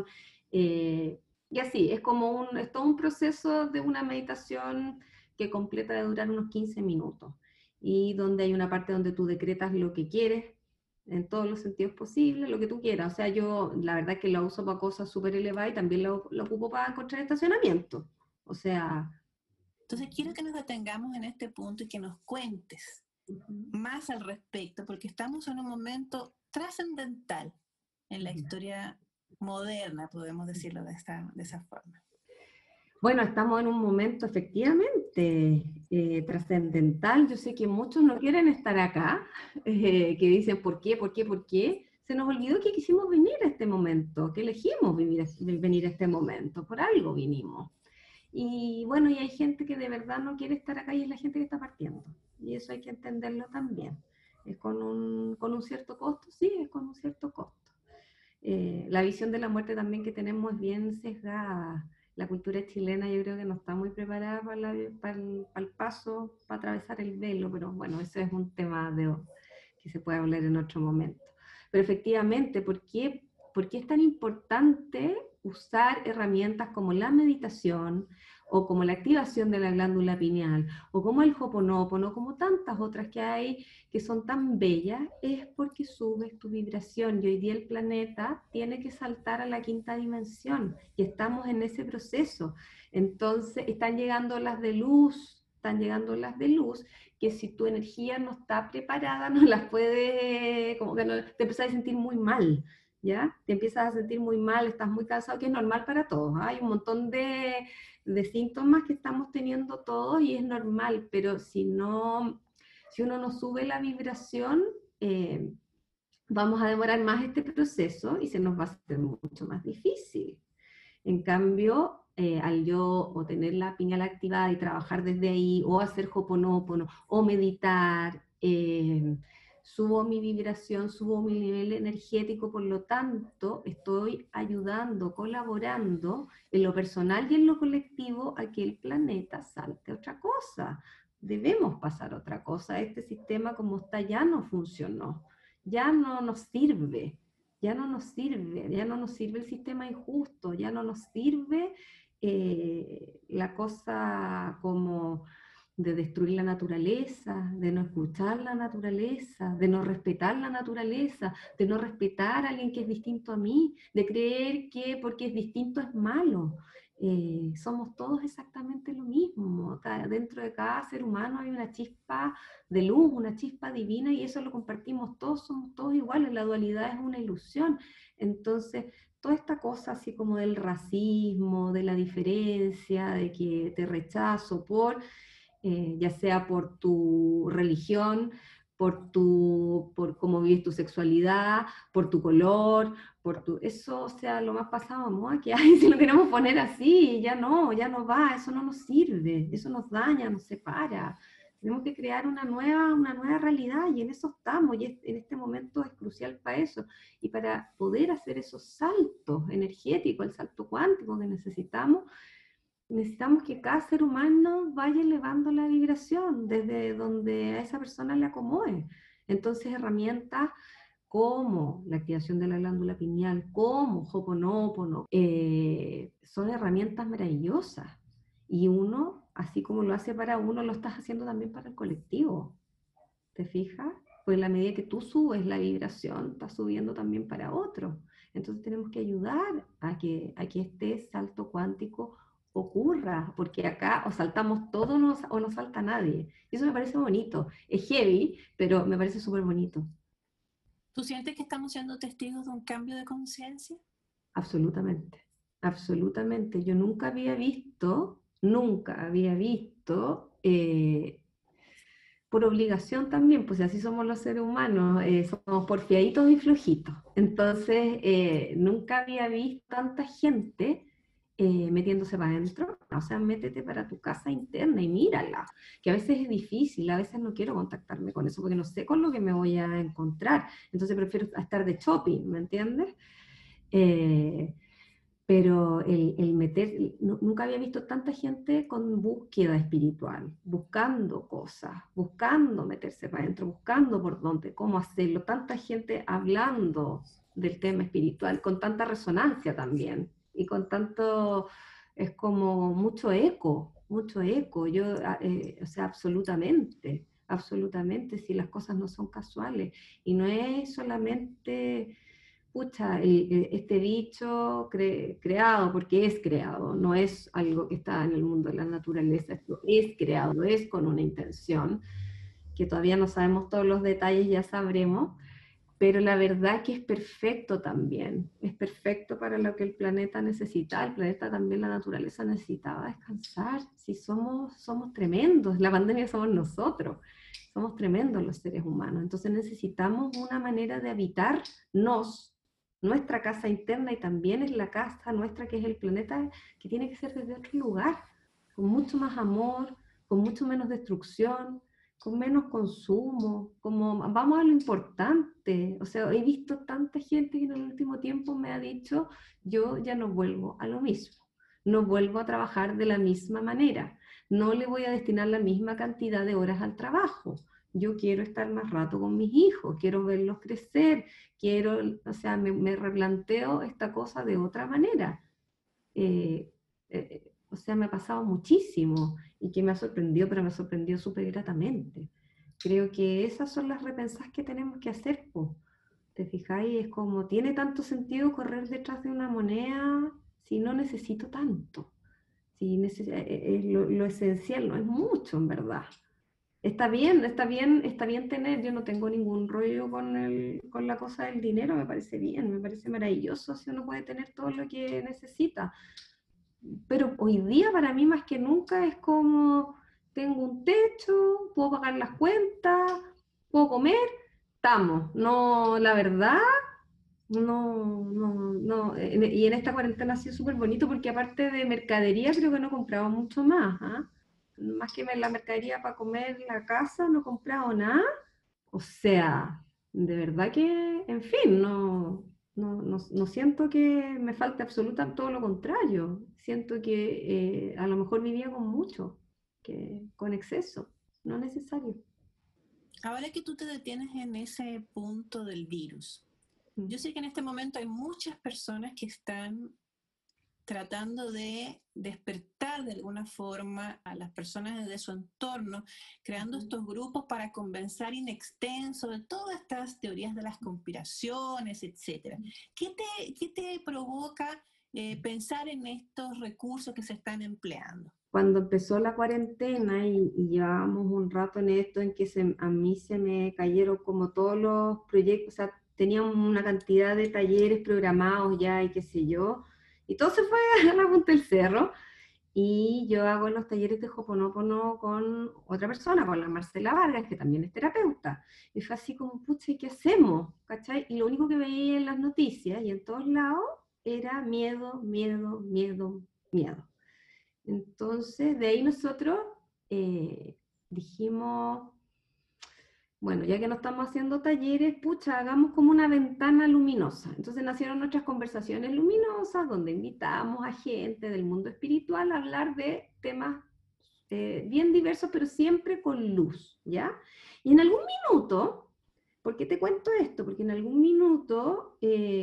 y así, es todo un proceso de una meditación que completa de durar unos 15 minutos, y donde hay una parte donde tú decretas lo que quieres, en todos los sentidos posibles, lo que tú quieras. O sea, yo la verdad que la uso para cosas súper elevadas y también lo ocupo para encontrar estacionamiento. O sea... Entonces quiero que nos detengamos en este punto y que nos cuentes más al respecto, porque estamos en un momento trascendental en la historia moderna, podemos decirlo de esa forma. Bueno, estamos en un momento efectivamente trascendental. Yo sé que muchos no quieren estar acá, que dicen ¿por qué? ¿Por qué? ¿Por qué? Se nos olvidó que quisimos venir a este momento, que elegimos venir a este momento, por algo vinimos. Y bueno, y hay gente que de verdad no quiere estar acá y es la gente que está partiendo. Y eso hay que entenderlo también. ¿Es con un cierto costo? Sí, es con un cierto costo. La visión de la muerte también que tenemos es bien sesgada. La cultura chilena yo creo que no está muy preparada para el paso, para atravesar el velo, pero bueno, eso es un tema que se puede hablar en otro momento. Pero efectivamente, ¿por qué es tan importante usar herramientas como la meditación, o como la activación de la glándula pineal, o como el Ho'oponopono, como tantas otras que hay que son tan bellas? Es porque subes tu vibración, y hoy día el planeta tiene que saltar a la quinta dimensión, y estamos en ese proceso. Entonces están llegando las de luz, que si tu energía no está preparada, no las puedes, como que no, te empiezas a sentir muy mal, ¿ya? Te empiezas a sentir muy mal, estás muy cansado, que es normal para todos, ¿eh? Hay un montón de síntomas que estamos teniendo todos y es normal, pero si uno no sube la vibración, vamos a demorar más este proceso y se nos va a hacer mucho más difícil. En cambio, al yo o tener la pineal activada y trabajar desde ahí, o hacer Ho'oponopono, o meditar, subo mi vibración, subo mi nivel energético, por lo tanto, estoy ayudando, colaborando en lo personal y en lo colectivo a que el planeta salte a otra cosa. Debemos pasar a otra cosa. Este sistema como está ya no funcionó, ya no nos sirve. Ya no nos sirve el sistema injusto, ya no nos sirve la cosa como de destruir la naturaleza, de no escuchar la naturaleza, de no respetar la naturaleza, de no respetar a alguien que es distinto a mí, de creer que porque es distinto es malo. Somos todos exactamente lo mismo. Dentro de cada ser humano hay una chispa de luz, una chispa divina, y eso lo compartimos todos, somos todos iguales. La dualidad es una ilusión. Entonces, toda esta cosa así como del racismo, de la diferencia, de que te rechazo ya sea por tu religión, por cómo vives tu sexualidad, por tu color, eso, o sea, lo más pasado, ¿no? Que hay, si lo queremos poner así, ya no va, eso no nos sirve, eso nos daña, nos separa. Tenemos que crear una nueva realidad, y en eso estamos, y en este momento es crucial para eso. Y para poder hacer esos saltos energéticos, el salto cuántico que necesitamos que cada ser humano vaya elevando la vibración desde donde a esa persona le acomode. Entonces, herramientas como la activación de la glándula pineal, como Ho'oponopono, son herramientas maravillosas. Y uno, así como lo hace para uno, lo estás haciendo también para el colectivo. ¿Te fijas? Pues en la medida que tú subes la vibración, estás subiendo también para otro. Entonces tenemos que ayudar a que este salto cuántico ocurra, porque acá o saltamos todos o no salta nadie. Y eso me parece bonito. Es heavy, pero me parece súper bonito. ¿Tú sientes que estamos siendo testigos de un cambio de conciencia? Absolutamente, absolutamente. Yo nunca había visto, por obligación también, pues así somos los seres humanos, somos porfiaditos y flojitos. Entonces, nunca había visto tanta gente metiéndose para adentro, o sea, métete para tu casa interna y mírala, que a veces es difícil, a veces no quiero contactarme con eso porque no sé con lo que me voy a encontrar, entonces prefiero estar de shopping, ¿me entiendes? Eh, pero el meter, nunca había visto tanta gente con búsqueda espiritual, buscando cosas, buscando meterse para adentro, buscando por dónde, cómo hacerlo, tanta gente hablando del tema espiritual, con tanta resonancia también, y con tanto, es como mucho eco, yo, o sea, absolutamente, absolutamente, si las cosas no son casuales, y no es solamente pucha, este bicho creado, porque es creado, no es algo que está en el mundo de la naturaleza, esto es creado, es con una intención, que todavía no sabemos todos los detalles, ya sabremos, pero la verdad que es perfecto también, es perfecto para lo que el planeta necesita, el planeta también, la naturaleza necesitaba descansar, si somos tremendos, la pandemia somos nosotros, somos tremendos los seres humanos, entonces necesitamos una manera de habitarnos, nuestra casa interna y también es la casa nuestra que es el planeta, que tiene que ser desde otro lugar, con mucho más amor, con mucho menos destrucción, con menos consumo, como vamos a lo importante. O sea, he visto tanta gente que en el último tiempo me ha dicho, yo ya no vuelvo a lo mismo, no vuelvo a trabajar de la misma manera, no le voy a destinar la misma cantidad de horas al trabajo. Yo quiero estar más rato con mis hijos, quiero verlos crecer, quiero, o sea, me replanteo esta cosa de otra manera. O sea, me ha pasado muchísimo y que me ha sorprendido, pero me ha sorprendido súper gratamente. Creo que esas son las repensas que tenemos que hacer, po. ¿Te fijáis? Es como, tiene tanto sentido correr detrás de una moneda si no necesito tanto. Si es lo esencial, no es mucho, en verdad. Está bien, está bien, está bien tener, yo no tengo ningún rollo con la cosa del dinero, me parece bien, me parece maravilloso si uno puede tener todo lo que necesita, pero hoy día para mí más que nunca es como, tengo un techo, puedo pagar las cuentas, puedo comer, estamos. No, la verdad, no. Y en esta cuarentena ha sido súper bonito porque aparte de mercadería creo que no he comprado mucho más, ¿ah? Más que la mercadería para comer en la casa, no he comprado nada. O sea, de verdad que, en fin, no siento que me falte absolutamente todo lo contrario. Siento que a lo mejor vivía con mucho, que con exceso, no necesario. Ahora que tú te detienes en ese punto del virus, Mm. yo sé que en este momento hay muchas personas que están tratando de despertar de alguna forma a las personas de su entorno, creando Ujú. estos grupos para conversar in extenso de todas estas teorías de las conspiraciones, etcétera. ¿Qué te provoca pensar en estos recursos que se están empleando? Cuando empezó la cuarentena y llevábamos un rato en esto, en que a mí se me cayeron como todos los proyectos, o sea, teníamos una cantidad de talleres programados ya y qué sé yo, y todo se fue a la punta del cerro. Y yo hago los talleres de Hoponopono con otra persona, con la Marcela Vargas, que también es terapeuta. Y fue así como, pucha, ¿y qué hacemos? ¿Cachai? Y lo único que veía en las noticias y en todos lados era miedo, miedo, miedo, miedo. Entonces, de ahí nosotros dijimos, bueno, ya que no estamos haciendo talleres, pucha, hagamos como una ventana luminosa. Entonces nacieron nuestras conversaciones luminosas, donde invitamos a gente del mundo espiritual a hablar de temas bien diversos, pero siempre con luz, ¿ya? Y en algún minuto, ¿por qué te cuento esto? Porque en algún minuto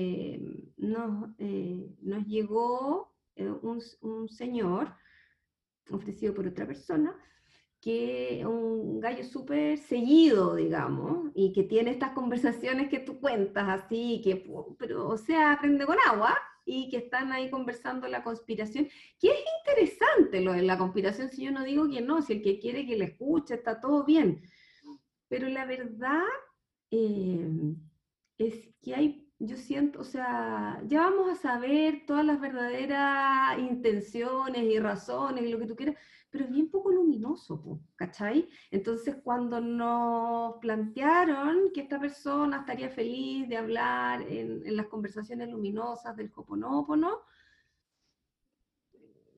nos llegó un señor ofrecido por otra persona, que un gallo súper seguido, digamos, y que tiene estas conversaciones que tú cuentas así, que, pero, o sea, aprende con agua, y que están ahí conversando la conspiración, que es interesante lo de la conspiración, si yo no digo que no, si el que quiere que le escuche, está todo bien, pero la verdad eh, es que yo siento, o sea, ya vamos a saber todas las verdaderas intenciones y razones y lo que tú quieras, pero es bien poco luminoso, po, ¿cachai? Entonces, cuando nos plantearon que esta persona estaría feliz de hablar en las conversaciones luminosas del Hoponopono,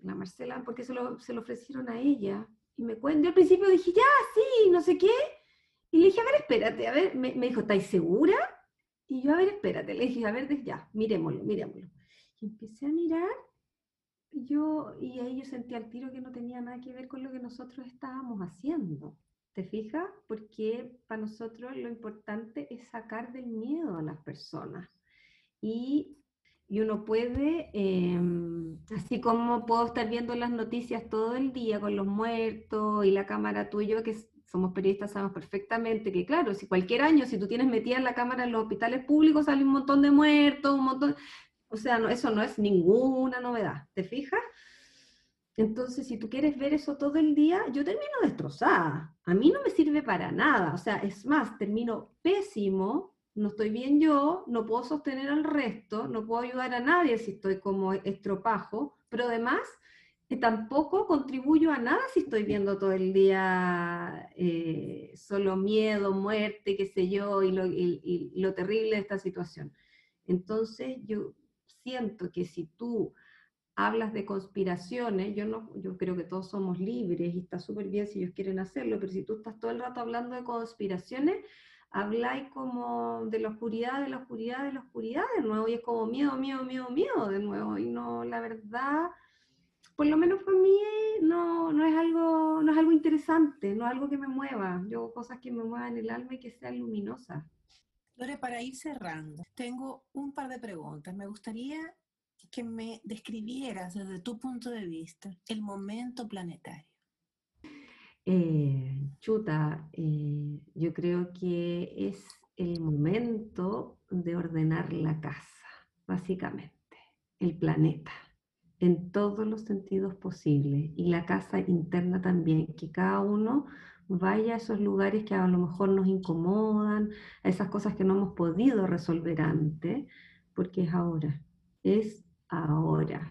la Marcela, porque se lo ofrecieron a ella. Y me cuenta, yo al principio dije, ya, sí, no sé qué. Y le dije, a ver, espérate, a ver, me dijo, ¿estáis segura? Y yo, a ver, espérate, le dije, a ver, ya, miremoslo, miremoslo. Y empecé a mirar, y ahí yo sentí al tiro que no tenía nada que ver con lo que nosotros estábamos haciendo. ¿Te fijas? Porque para nosotros lo importante es sacar del miedo a las personas. Y, y uno puede, así como puedo estar viendo las noticias todo el día con los muertos y la cámara tuya, que somos periodistas, sabemos perfectamente que, claro, si cualquier año, si tú tienes metida en la cámara en los hospitales públicos, sale un montón de muertos, un montón, o sea, no, eso no es ninguna novedad, ¿te fijas? Entonces, si tú quieres ver eso todo el día, yo termino destrozada. A mí no me sirve para nada. O sea, es más, termino pésimo, no estoy bien yo, no puedo sostener al resto, no puedo ayudar a nadie si estoy como estropajo, pero además tampoco contribuyo a nada si estoy viendo todo el día solo miedo, muerte, qué sé yo, y lo terrible de esta situación. Entonces, yo siento que si tú hablas de conspiraciones, yo creo que todos somos libres y está súper bien si ellos quieren hacerlo, pero si tú estás todo el rato hablando de conspiraciones, habláis como de la oscuridad, de la oscuridad, de la oscuridad de nuevo, y es como miedo, miedo, miedo, miedo de nuevo, y no, la verdad, por lo menos para mí no es algo interesante, no es algo que me mueva, yo cosas que me muevan el alma y que sean luminosas. Lore, para ir cerrando, tengo un par de preguntas. Me gustaría que me describieras desde tu punto de vista el momento planetario. Yo creo que es el momento de ordenar la casa, básicamente, el planeta, en todos los sentidos posibles, y la casa interna también, que cada uno vaya a esos lugares que a lo mejor nos incomodan, a esas cosas que no hemos podido resolver antes, porque es ahora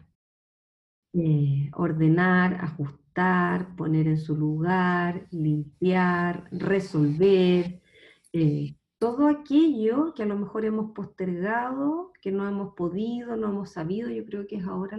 ordenar, ajustar, poner en su lugar, limpiar, resolver, todo aquello que a lo mejor hemos postergado, que no hemos podido, no hemos sabido, yo creo que es ahora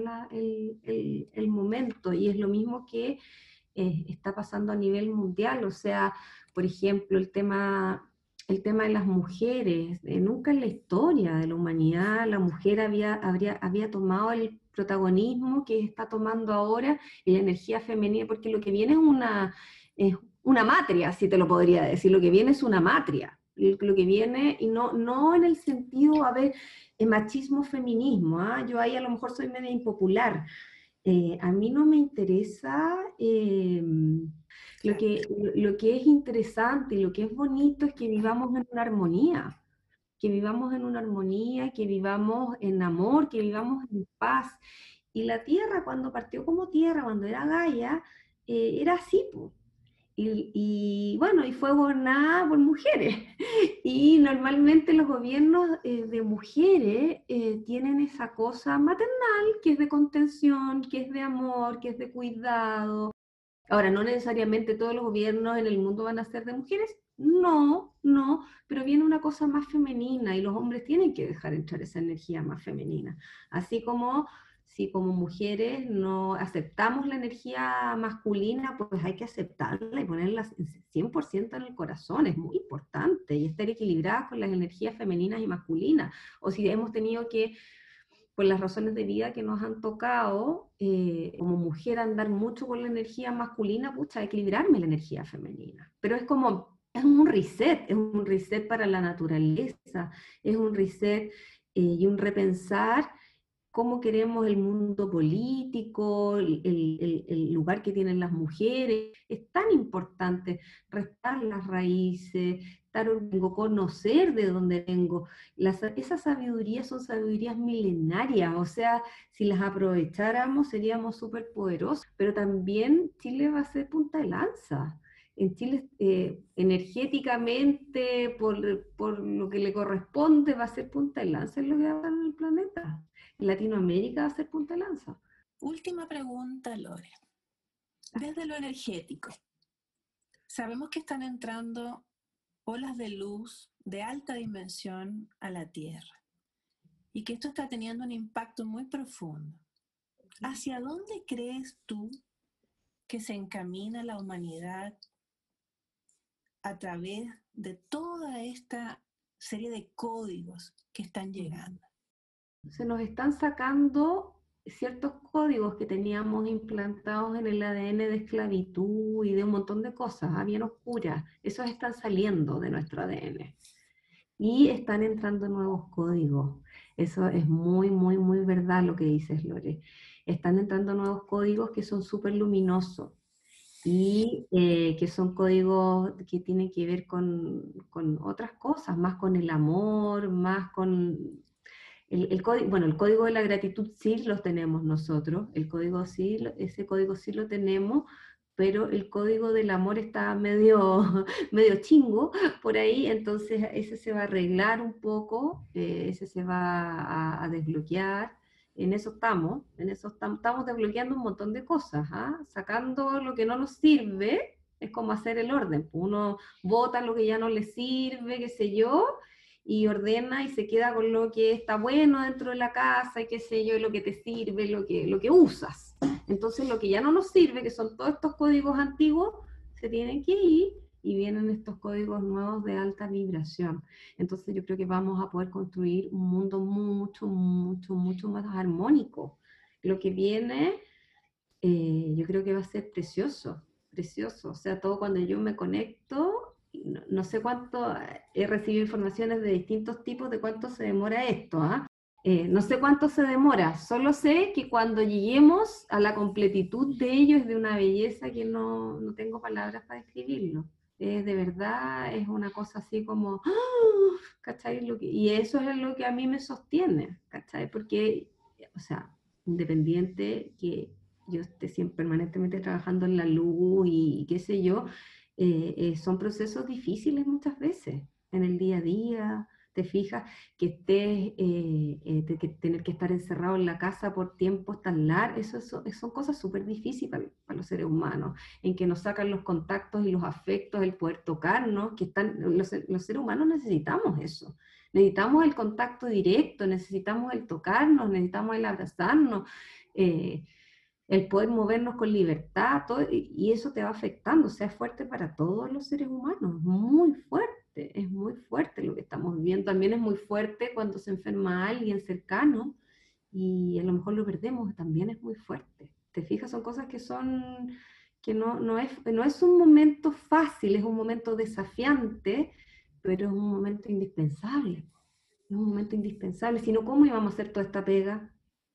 el momento, y es lo mismo que está pasando a nivel mundial. O sea, por ejemplo, el tema de las mujeres. Nunca en la historia de la humanidad la mujer había tomado el protagonismo que está tomando ahora en la energía femenina, porque lo que viene es una matria, si te lo podría decir, lo que viene es una matria, lo que viene, y no en el sentido, a ver, machismo, feminismo, ¿ah? Yo ahí a lo mejor soy media impopular. A mí no me interesa, Claro. lo que es interesante y lo que es bonito es que vivamos en una armonía, que vivamos en una armonía, que vivamos en amor, que vivamos en paz. Y la tierra, cuando partió como tierra, cuando era Gaia, era así, po. Y bueno, y fue gobernada por mujeres. Y normalmente los gobiernos de mujeres tienen esa cosa maternal, que es de contención, que es de amor, que es de cuidado. Ahora, no necesariamente todos los gobiernos en el mundo van a ser de mujeres, no, no, pero viene una cosa más femenina y los hombres tienen que dejar entrar esa energía más femenina. Así como si como mujeres no aceptamos la energía masculina, pues hay que aceptarla y ponerla 100% en el corazón, es muy importante, y estar equilibradas con las energías femeninas y masculinas. O si hemos tenido que, por las razones de vida que nos han tocado, como mujer andar mucho con la energía masculina, pucha, equilibrarme la energía femenina. Pero es un reset para la naturaleza, es un reset y un repensar cómo queremos el mundo político, el lugar que tienen las mujeres. Es tan importante restar las raíces, vengo, conocer de dónde vengo. Esas sabidurías son sabidurías milenarias, o sea, si las aprovecháramos seríamos súper poderosos, pero también Chile va a ser punta de lanza. En Chile, energéticamente, por lo que le corresponde, va a ser punta de lanza en lo que va en el planeta. Latinoamérica va a ser punta de lanza. Última pregunta, Lore. Desde lo energético, sabemos que están entrando olas de luz de alta dimensión a la Tierra y que esto está teniendo un impacto muy profundo. ¿Hacia dónde crees tú que se encamina la humanidad a través de toda esta serie de códigos que están llegando? Se nos están sacando ciertos códigos que teníamos implantados en el ADN de esclavitud y de un montón de cosas, bien oscuras. Esos están saliendo de nuestro ADN y están entrando nuevos códigos. Eso es muy, muy, muy verdad lo que dices, Lore. Están entrando nuevos códigos que son súper luminosos y que son códigos que tienen que ver con otras cosas, más con el amor, más con el código, bueno, el código de la gratitud sí lo tenemos nosotros, el código sí, ese código sí lo tenemos, pero el código del amor está medio, medio chingo por ahí, entonces ese se va a arreglar un poco, ese se va a desbloquear, en eso estamos desbloqueando un montón de cosas, ¿ah? Sacando lo que no nos sirve, es como hacer el orden, uno bota lo que ya no le sirve, qué sé yo, y ordena y se queda con lo que está bueno dentro de la casa y qué sé yo, lo que te sirve, lo que usas. Entonces lo que ya no nos sirve, que son todos estos códigos antiguos, se tienen que ir y vienen estos códigos nuevos de alta vibración. Entonces yo creo que vamos a poder construir un mundo mucho, mucho, mucho más armónico. Lo que viene, yo creo que va a ser precioso, precioso. O sea, todo cuando yo me conecto, no sé cuánto, he recibido informaciones de distintos tipos de cuánto se demora esto, ¿ah? No sé cuánto se demora, solo sé que cuando lleguemos a la completitud de ello es de una belleza que no tengo palabras para describirlo. De verdad, es una cosa así como, ¡ah! ¿Cachai? Y eso es lo que a mí me sostiene, ¿cachai? Porque, o sea, independiente que yo esté siempre permanentemente trabajando en la luz y qué sé yo, son procesos difíciles muchas veces en el día a día. Te fijas que estés, que tener que estar encerrado en la casa por tiempos tan largos, eso son cosas súper difíciles para los seres humanos, en que nos sacan los contactos y los afectos, el poder tocarnos, que están, los seres humanos necesitamos eso. Necesitamos el contacto directo, necesitamos el tocarnos, necesitamos el abrazarnos. El poder movernos con libertad, todo, y eso te va afectando, o sea, es fuerte para todos los seres humanos, es muy fuerte lo que estamos viviendo, también es muy fuerte cuando se enferma alguien cercano y a lo mejor lo perdemos, también es muy fuerte. Te fijas, son cosas que no es un momento fácil, es un momento desafiante, pero es un momento indispensable, es un momento indispensable, si no, ¿cómo íbamos a hacer toda esta pega?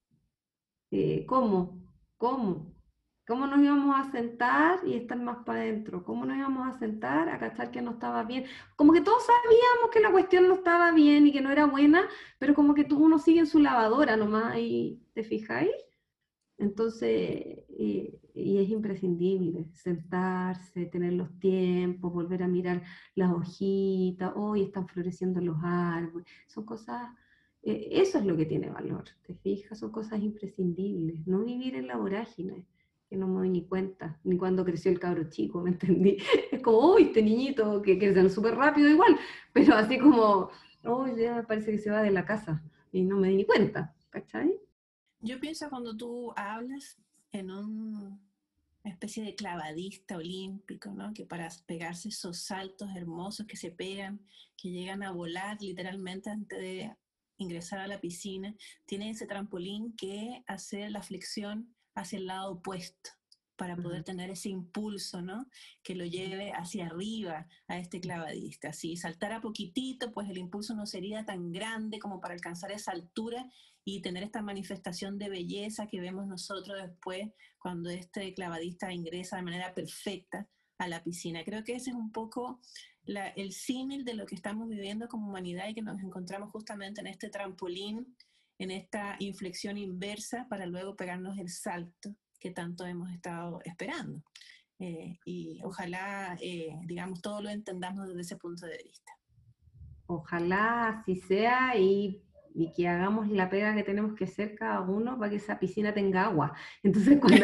¿Cómo? ¿Cómo? ¿Cómo nos íbamos a sentar y estar más para adentro? ¿Cómo nos íbamos a sentar a cachar que no estaba bien? Como que todos sabíamos que la cuestión no estaba bien y que no era buena, pero como que uno sigue en su lavadora nomás y te fijáis. Entonces, y es imprescindible sentarse, tener los tiempos, volver a mirar las hojitas, hoy están floreciendo los árboles, son cosas, eso es lo que tiene valor, te fijas, son cosas imprescindibles, no vivir en la vorágine, que no me doy ni cuenta, ni cuando creció el cabro chico, ¿me entendí? Es como, uy, este niñito que crece súper rápido igual, pero así como, uy, ya parece que se va de la casa, y no me di ni cuenta, ¿cachai? Yo pienso cuando tú hablas en una especie de clavadista olímpico, ¿no? Que para pegarse esos saltos hermosos que se pegan, que llegan a volar literalmente antes de ingresar a la piscina, tiene ese trampolín que hacer la flexión hacia el lado opuesto para poder tener ese impulso, ¿no? Que lo lleve hacia arriba a este clavadista. Si saltara poquitito, pues el impulso no sería tan grande como para alcanzar esa altura y tener esta manifestación de belleza que vemos nosotros después cuando este clavadista ingresa de manera perfecta a la piscina. Creo que ese es un poco el símil de lo que estamos viviendo como humanidad y que nos encontramos justamente en este trampolín, en esta inflexión inversa para luego pegarnos el salto que tanto hemos estado esperando. Y ojalá, digamos, todo lo entendamos desde ese punto de vista. Ojalá así sea y que hagamos la pega que tenemos que hacer cada uno para que esa piscina tenga agua. Entonces cuando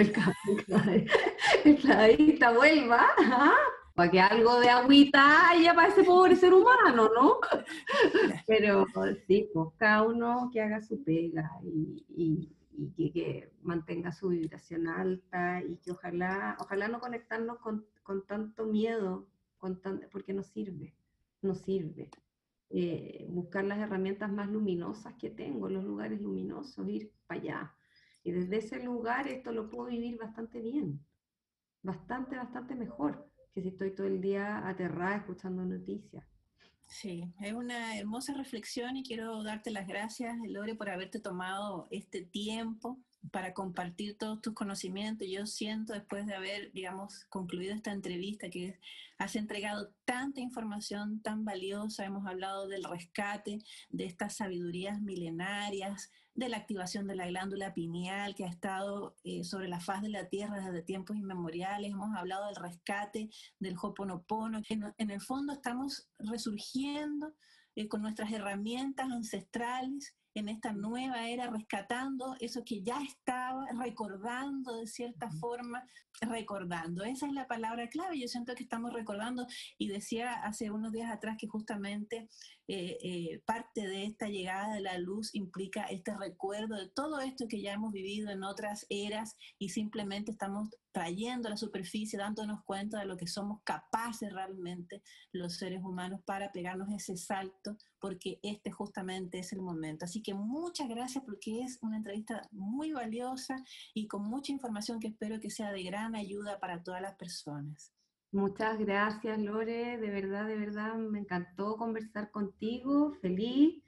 el clavadista vuelva, ¿ah? Para que algo de agüita haya para ese pobre ser humano, ¿no? Pero sí, pues cada uno que haga su pega y que mantenga su vibración alta y que ojalá no conectarnos con tanto miedo, porque no sirve, no sirve. Buscar las herramientas más luminosas que tengo, los lugares luminosos, ir para allá. Y desde ese lugar esto lo puedo vivir bastante bien, bastante mejor que si estoy todo el día aterrada escuchando noticias. Sí, es una hermosa reflexión y quiero darte las gracias, Lore, por haberte tomado este tiempo para compartir todos tus conocimientos. Yo siento, después de haber, digamos, concluido esta entrevista, que has entregado tanta información tan valiosa. Hemos hablado del rescate de estas sabidurías milenarias, de la activación de la glándula pineal que ha estado sobre la faz de la Tierra desde tiempos inmemoriales. Hemos hablado del rescate del Ho'oponopono, que en el fondo estamos resurgiendo con nuestras herramientas ancestrales en esta nueva era, rescatando eso que ya estaba, recordando de cierta forma, recordando. Esa es la palabra clave. Yo siento que estamos recordando, y decía hace unos días atrás que justamente parte de esta llegada de la luz implica este recuerdo de todo esto que ya hemos vivido en otras eras y simplemente estamos trayendo a la superficie, dándonos cuenta de lo que somos capaces realmente los seres humanos para pegarnos ese salto, porque este justamente es el momento. Así que muchas gracias, porque es una entrevista muy valiosa y con mucha información que espero que sea de gran ayuda para todas las personas. Muchas gracias, Lore, de verdad, me encantó conversar contigo, feliz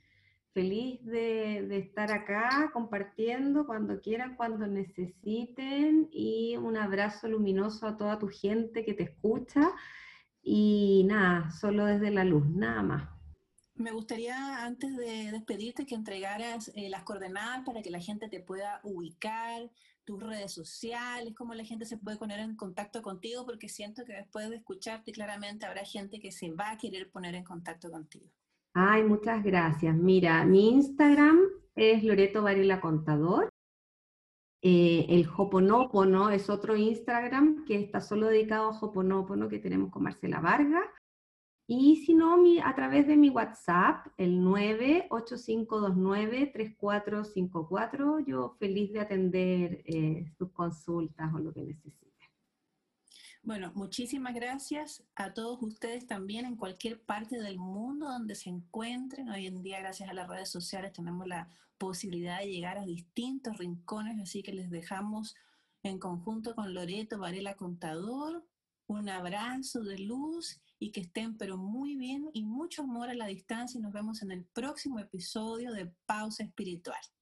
de estar acá compartiendo cuando quieran, cuando necesiten, y un abrazo luminoso a toda tu gente que te escucha, y nada, solo desde la luz, nada más. Me gustaría, antes de despedirte, que entregaras las coordenadas para que la gente te pueda ubicar, tus redes sociales, cómo la gente se puede poner en contacto contigo, porque siento que después de escucharte claramente habrá gente que se va a querer poner en contacto contigo. Ay, muchas gracias. Mira, mi Instagram es Loreto Varela Contador. El Ho'oponopono es otro Instagram que está solo dedicado a Ho'oponopono que tenemos con Marcela Vargas. Y si no, a través de mi WhatsApp, el 985293454, yo feliz de atender sus consultas o lo que necesiten. Bueno, muchísimas gracias a todos ustedes también en cualquier parte del mundo donde se encuentren. Hoy en día, gracias a las redes sociales, tenemos la posibilidad de llegar a distintos rincones, así que les dejamos en conjunto con Loreto Varela Contador un abrazo de luz y que estén pero muy bien y mucho amor a la distancia, y nos vemos en el próximo episodio de Pausa Espiritual.